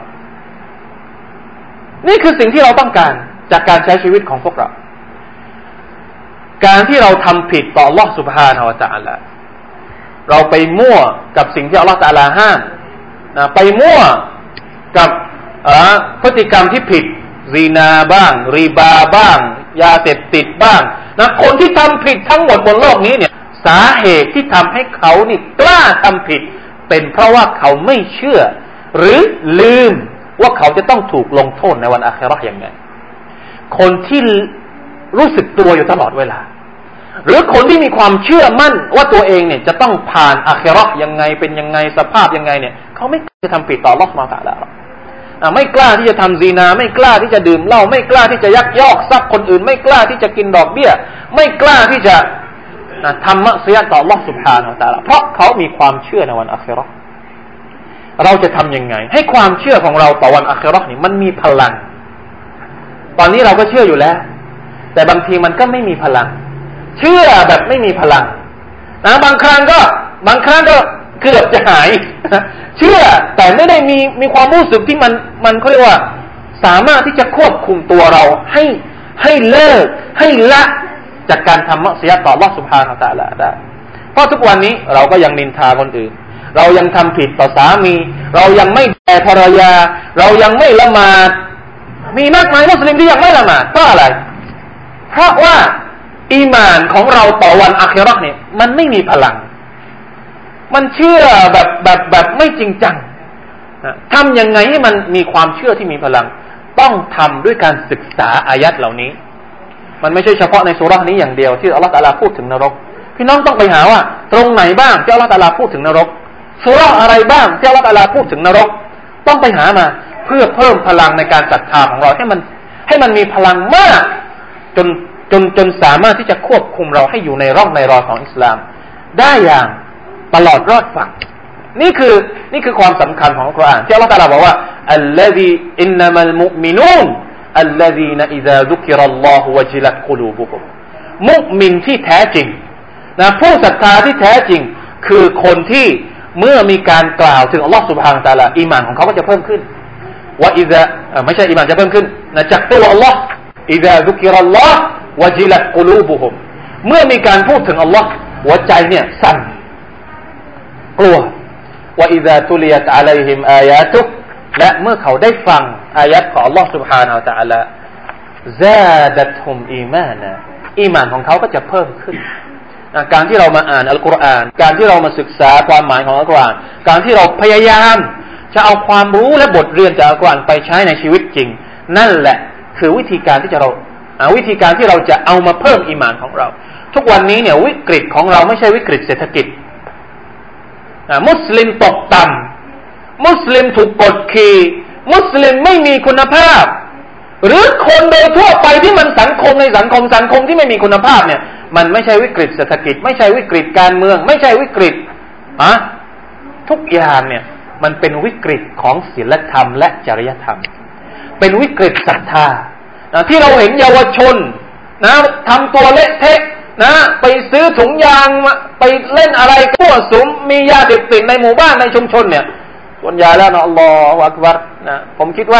นี่คือสิ่งที่เราต้องการจากการใช้ชีวิตของพวกเราการที่เราทำผิดต่อ Allah Subhanahu Wa Taala เราไปมั่วกับสิ่งที่ Allah Taala ห้ามนะไปมั่วกับพฤติกรรมที่ผิดซีนาบ้างริบาบ้างยาเสพติดบ้างนะคนที่ทำผิดทั้งหมดบนโลกนี้เนี่ยสาเหตุที่ทำให้เขานี่กล้าทำผิดเป็นเพราะว่าเขาไม่เชื่อหรือลืมว่าเขาจะต้องถูกลงโทษในวันอาคิเราะห์อย่างไงคนที่รู้สึกตัวอยู่ตลอดเวลาหรือคนที่มีความเชื่อมั่นว่าตัวเองเนี่ยจะต้องผ่านอาคิเราะห์ยังไงเป็นยังไงสภาพยังไงเนี่ยเขาไม่จะทำผิดต่ออัลเลาะห์ซุบฮานะฮูวะตะอาลาไม่กล้าที่จะทำซีนาไม่กล้าที่จะดื่มเหล้าไม่กล้าที่จะยักยอกทรัพย์คนอื่นไม่กล้าที่จะกินดอกเบี้ยไม่กล้าที่จะทำมะซิยะห์ต่ออัลเลาะห์ซุบฮานะฮูวะตะอาลาเพราะเขามีความเชื่อในวันอาคิเราะห์เราจะทำยังไงให้ความเชื่อของเราต่อวันอาคิเราะห์นี่มันมีพลังตอนนี้เราก็เชื่ออยู่แล้วแต่บางทีมันก็ไม่มีพลังเชื่อแบบไม่มีพลังนะบางครั้งก็เกือบจะหายเชื่อแต่ไม่ได้มีความรู้สึกที่มันเขาเรียกว่าสามารถที่จะควบคุมตัวเราให้เลิกให้ละจากการทำมะซิยะห์ต่ออัลเลาะห์ซุบฮานะฮูวะตะอาลาได้เพราะทุกวันนี้เราก็ยังนินทาคนอื่นเรายังทำผิดต่อสามีเรายังไม่แด่ภรรยาเรายังไม่ละหมาดมีมากมายมุสลิมที่ยังไม่ละหมาดเพราะอะไรเพราะว่าอีหม่านของเราต่อวันอาคิเราะห์เนี่ยมันไม่มีพลังมันเชื่อแบบไม่จริงจังทำยังไงให้มันมีความเชื่อที่มีพลังต้องทำด้วยการศึกษาอายัดเหล่านี้มันไม่ใช่เฉพาะในซูเราะห์นี้อย่างเดียวที่อัลเลาะห์ตะอาลาพูดถึงนรกพี่น้องต้องไปหาว่าตรงไหนบ้างที่อัลเลาะห์ตะอาลาพูดถึงนรกซูเราะห์อะไรบ้างที่อัลเลาะห์ตะอาลาพูดถึงนรกต้องไปหามาเพื่อเพิ่มพลังในการศรัทธาของเราให้มันมีพลังมากจนสามารถที่จะควบคุมเราให้อยู่ในร่องในรอยของอิสลามได้อย่างตลอดรอดฝั่งนี่คือความสำคัญของอัลกุรอานที่อัลเลาะห์ตะอาลาบอกว่าอัลลซีอินนัมัลมุอ์มินูนอัลลซีนอิซาซุกิรัลลอฮุวะจิลัตกุลูบุฮุมมุมินที่แท้จริงนะผู้ศรัทธาที่แท้จริงคือคนที่เมื่อมีการกล่าวถึงอัลเลาะห์ซุบฮานะฮูวะตะอาลาอีหม่านของเขาก็จะเพิ่มขึ้นว่าอิซาไม่ใช่อีหม่านจะเพิ่มขึ้นนะจากตัวอัลเลาะห์อิซาซุกิรัลลอฮุวะจิลัตกุลูบุฮุมเมื่อมีการพูดถึงอัลเลาะห์หัวใจเนี่ยสั่นกลัวว่าอิซาตุลิยัตอะลัยฮิมอายาตุและเมื่อเขาได้ฟังอายัดของอัลเลาะห์ซุบฮานะฮูวะตะอาลาซาดัตฮุมอีมานะอีหม่านของเขาก็จะเพิ่มขึ้นการที่เรามาอ่านอัลกุรอานการที่เรามาศึกษาความหมายของอัลกุรอานการที่เราพยายามจะเอาความรู้และบทเรียนจากอัลกุรอานไปใช้ในชีวิตจริงนั่นแหละคือวิธีการที่เราจะเอามาเพิ่มอีหม่านของเราทุกวันนี้เนี่ยวิกฤตของเราไม่ใช่วิกฤตเศรษฐกิจมุสลิมตกต่ำมุสลิมถูกกดขี่มุสลิมไม่มีคุณภาพหรือคนโดยทั่วไปที่มันสังคมที่ไม่มีคุณภาพเนี่ยมันไม่ใช่วิกฤตเศรษฐกิจไม่ใช่วิกฤตการเมืองไม่ใช่วิกฤตทุกอย่างเนี่ยมันเป็นวิกฤตของศีลธรรมและจริยธรรมเป็นวิกฤตศรัทธาที่เราเห็นเยาวชนนะทำตัวเละเทะนะไปซื้อถุงยางไปเล่นอะไรมั่วสุมมียาเสพติดในหมู่บ้านในชุมชนเนี่ยส่วนใหญ่แล้วนะอัลลอฮฺอักบัรนะผมคิดว่า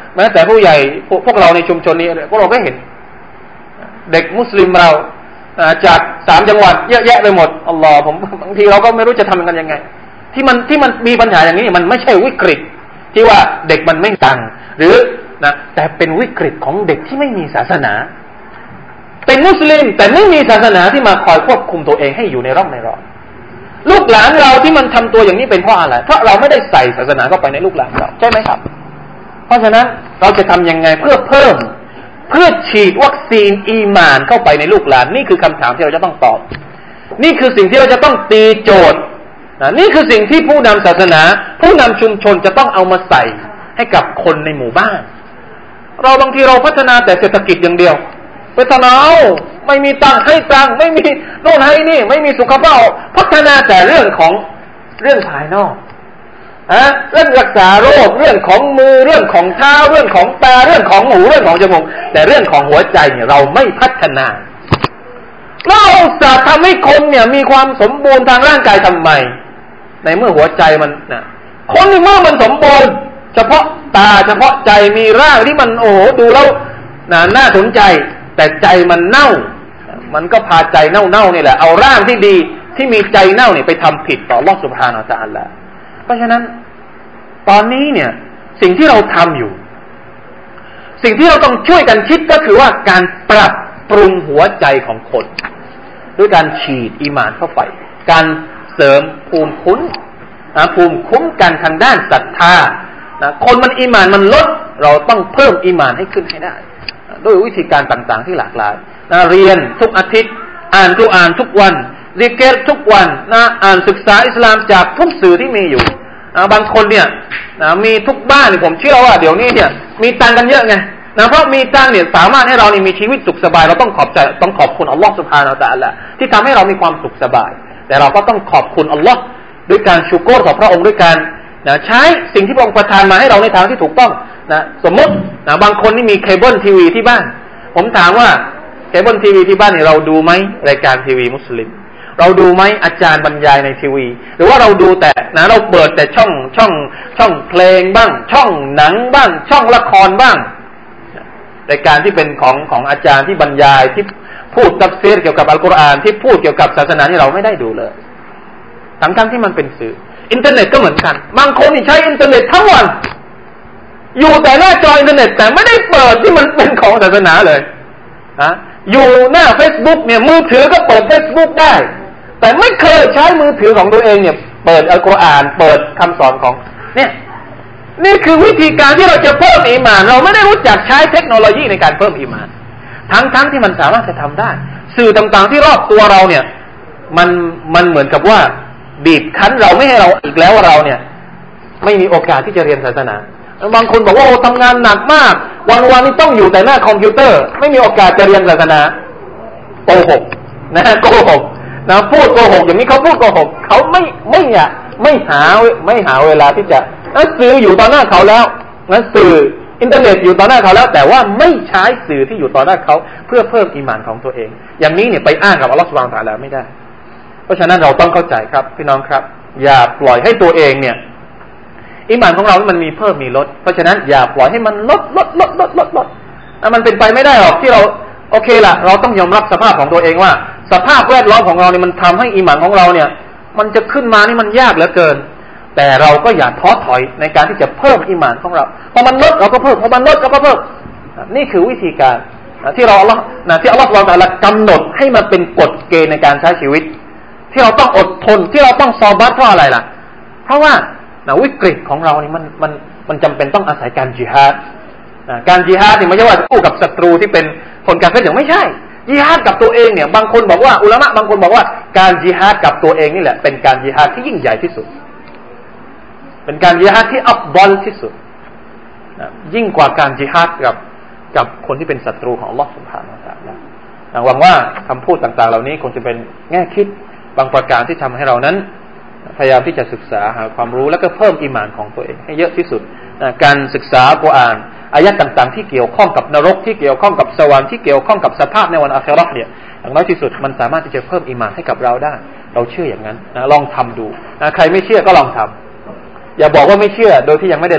แม้แต่ผู้ใหญ่พวกเราในชุมชนนี้พวกเราก็เห็นเด็กมุสลิมเราจาก3 จังหวัดเยอะแยะไปหมดอัลลอฮ์ผมบางทีเราก็ไม่รู้จะทำกันยังไงที่มันมีปัญหาอย่างนี้มันไม่ใช่วิกฤตที่ว่าเด็กมันไม่ตังหรือนะแต่เป็นวิกฤตของเด็กที่ไม่มีศาสนาเป็นมุสลิมแต่ไม่มีศาสนาที่มาคอยควบคุมตัวเองให้อยู่ในร่องในรอยลูกหลานเราที่มันทำตัวอย่างนี้เป็นเพราะอะไรเพราะเราไม่ได้ใส่ศาสนาเข้าไปในลูกหลานเราใช่ไหมครับเพราะฉะนั้นเราจะทำยังไงเพื่อฉีดวัคซีนอีหม่านเข้าไปในลูกหลานนี่คือคำถามที่เราจะต้องตอบนี่คือสิ่งที่เราจะต้องตีโจทย์นี่คือสิ่งที่ผู้นำศาสนาผู้นำชุมชนจะต้องเอามาใส่ให้กับคนในหมู่บ้านเราบางทีเราพัฒนาแต่เศรษฐกิจอย่างเดียวพัฒนาไม่มีตังค์ให้ตังค์ไม่มีโน่นให้นี่ไม่มีสุขภาพพัฒนาแต่เรื่องภายนอกเรื่องรักษาโรคเรื่องของมือเรื่องของเท้าเรื่องของตาเรื่องของหูเรื่องของจมูกแต่เรื่องของหัวใจเนี่ยเราไม่พัฒนาเราจะทำให้คนเนี่ยมีความสมบูรณ์ทางร่างกายทำไมในเมื่อหัวใจมันนะคนเมื่อมันสมบูรณ์เฉพาะตาเฉพาะใจมีร่างที่มันโอ้โหดูแล้วน่าสนใจแต่ใจมันเน่ามันก็พาใจเน่านี่แหละเอาร่างที่ดีที่มีใจเน่าเนี่ยไปทำผิดต่ออัลเลาะห์ซุบฮานะฮูวะตะอาลาเพราะฉะนั้นตอนนี้เนี่ยสิ่งที่เราทำอยู่สิ่งที่เราต้องช่วยกันคิดก็คือว่าการปรับปรุงหัวใจของคนด้วยการฉีดอีหม่านเข้าไปการเสริมภูมิคุ้มกันทางด้านศรัทธาคนมันอีหม่านมันลดเราต้องเพิ่มอีหม่านให้ขึ้นให้ได้ด้วยวิธีการต่างๆที่หลากหลายเรียนทุกอาทิตย์อ่านกุรอานทุกวันซิกร์ทุกวันอ่านศึกษาอิสลามจากทุกสื่อที่มีอยู่บางคนเนี่ยมีทุกบ้านผมเชื่อว่าเดี๋ยวนี้เนี่ยมีตังกันเยอะไงเพราะมีตังเนี่ยสามารถให้เรานี่มีชีวิตสุขสบายเราต้องขอบคุณอัลลอฮฺซุบฮานะฮูวะตะอาลาที่ทำให้เรามีความสุขสบายแต่เราก็ต้องขอบคุณอัลลอฮ์ด้วยการชูโกรต่อพระองค์ด้วยการใช้สิ่งที่พระองค์ประทานมาให้เราในทางที่ถูกต้องสมมติบางคนที่มีเคเบิลทีวีที่บ้านผมถามว่าเคเบิลทีวีที่บ้านเนี่ยเราดูไหมรายการทีวีมุสลิมเราดูไหมอาจารย์บรรยายในทีวีหรือว่าเราดูแต่เราเปิดแต่ช่องเพลงบ้างช่องหนังบ้างช่องละครบ้างรายการที่เป็นของอาจารย์ที่บรรยายที่พูดตัฟซีรเกี่ยวกับอัลกุรอานที่พูดเกี่ยวกับศาสนาที่เราไม่ได้ดูเลยทั้งที่มันเป็นสื่ออินเทอร์เน็ตก็เหมือนกันบางคนใช้อินเทอร์เน็ตทั้งวันอยู่แต่หน้าจออินเทอร์เน็ตแต่ไม่ได้เปิดที่มันเป็นของศาสนาเลยอยู่หน้า Facebook เนี่ยมือถือก็เปิด Facebook ได้แต่ไม่เคยใช้มือถือของตัวเองเนี่ยเปิดอัลกุรอานเปิดคำสอนของเนี่ยนี่คือวิธีการที่เราจะเพิ่มอีหม่านเราไม่ได้รู้จักใช้เทคโนโลยีในการเพิ่มอีหม่านทั้งที่มันสามารถจะทำได้สื่อต่างๆที่รอบตัวเราเนี่ยมันเหมือนกับว่าบีบคั้นเราไม่ให้เราอีกแล้วว่าเราเนี่ยไม่มีโอกาสที่จะเรียนศาสนาบางคนบอกว่าโอ้ทำงานหนักมากวันๆนี่ต้องอยู่แต่หน้าคอมพิวเตอร์ไม่มีโอกาสจะเรียนศาสนาโกหกโกหกพูดโกหกอย่างนี้เขาพูดโกหกเขาไม่หาเวลาที่จะสื่ออยู่ต่อหน้าเขาแล้วสื่ออินเทอร์เน็ตอยู่ต่อหน้าเขาแล้วแต่ว่าไม่ใช้สื่อที่อยู่ต่อหน้าเขาเพื่อเพิ่มอีหม่านของตัวเองอย่างนี้เนี่ยไปอ้างกับอัลเลาะห์ซุบฮานะฮูวะตะอาลาไม่ได้เพราะฉะนั้นเราต้องเข้าใจครับพี่น้องครับอย่าปล่อยให้ตัวเองเนี่ยอีหม่านของเรามันมีเพิ่มมีลดเพราะฉะนั้นอย่าปล่อยให้มันลดมันเป็นไปไม่ได้หรอกที่เราโอเคล่ะเราต้องยอมรับสภาพของตัวเองว่าสภาพแวดล้อมของเราเนี่ยมันทำให้อีหม่านของเราเนี่ยมันจะขึ้นมานี่มันยากเหลือเกินแต่เราก็อย่าท้อถอยในการที่จะเพิ่มอีหม่านของเราพอมันลดเราก็เพิ่มพอมันลดเราก็เพิ่มนี่คือวิธีการที่เราที่อัลเลาะห์ซุบฮานะฮูวะตะอาลากำหนดให้มันเป็นกฎเกณฑ์ในการใช้ชีวิตที่เราต้องอดทนที่เราต้องซอบัตเพราะอะไรล่ะเพราะว่าวิกฤตของเรานี่มันจำเป็นต้องอาศัยการญิฮาดการญิฮาดนี่ไม่ใช่ว่าสู้กับศัตรูที่เป็นคนกาเฟรอย่างไม่ใช่ญิฮาดกับตัวเองเนี่ยบางคนบอกว่าอุลามะบางคนบอกว่าการญิฮาดกับตัวเองนี่แหละเป็นการญิฮาดที่ยิ่งใหญ่ที่สุดเป็นการญิฮาดที่อัฟฎอลที่สุดยิ่งกว่าการญิฮาดกับคนที่เป็นศัตรูของอัลเลาะห์ซุบฮานะฮูวะตะอาลาหวังว่าคำพูดต่างๆเหล่านี้คงจะเป็นแง่คิดบางประการที่ทำให้เรานั้นพยายามที่จะศึกษาหาความรู้แล้วก็เพิ่มอีหม่านของตัวเองให้เยอะที่สุดการศึกษากุรอานอายะห์ต่างๆที่เกี่ยวข้องกับนรกที่เกี่ยวข้องกับสวรรค์ที่เกี่ยวข้องกับสภาพในวันอาคิเราะห์เนี่ยอย่างน้อยที่สุดมันสามารถที่จะเพิ่มอีหม่านให้กับเราได้เราเชื่ออย่างนั้นลองทำดูใครไม่เชื่อก็ลองทำอย่าบอกว่าไม่เชื่อโดยที่ยังไม่ได้ลอง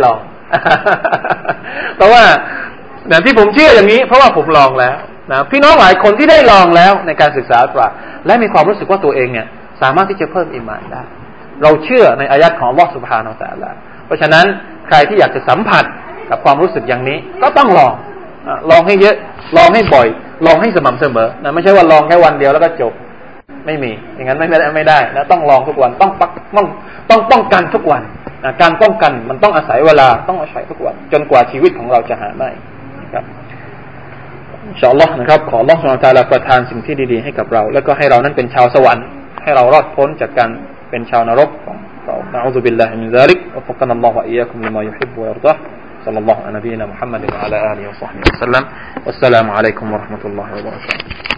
เพราะว่าที่ผมเชื่ออย่างนี้เพราะว่าผมลองแล้วนะพี่น้องหลายคนที่ได้ลองแล้วในการศึกษาอัลกุรอานและมีความรู้สึกว่าตัวเองเนี่ยสามารถที่จะเพิ่มอีหม่านได้เราเชื่อในอายะห์ของอัลเลาะห์ซุบฮานะฮูวะตะอาลาเพราะฉะนั้นใครที่อยากจะสัมผัสกับความรู้สึกอย่างนี้ก็ต้องลองให้เยอะลองให้บ่อยลองให้สม่ำเสมอนะไม่ใช่ว่าลองแค่วันเดียวแล้วก็จบไม่มีอย่างนั้นไม่ได้นะต้องลองทุกวันต้องป้องกันทุกวันนะการป้องกันมันต้องอาศัยเวลาต้องอาศัยทุกวันจนกว่าชีวิตของเราจะหาไม่นะครับอินชาอัลลอฮ์นะครับขออัลเลาะห์ซุบฮานะฮูวะตะอาลาประทานสิ่งที่ดีๆให้กับเราแล้วก็ให้เรานั้นเป็นชาวสวรรค์ให้เรารอดพ้นจากการเป็นชาวนรกของเรานะอูซุบิลลาฮิมินซาลิกวะฟักนะอัลลอฮุวะอียาคุมลิมายุฮิบบุวะยัรฎอฮ์صلى الله على نبينا محمد وعلى آله وصحبه وسلم والسلام عليكم ورحمة الله وبركاته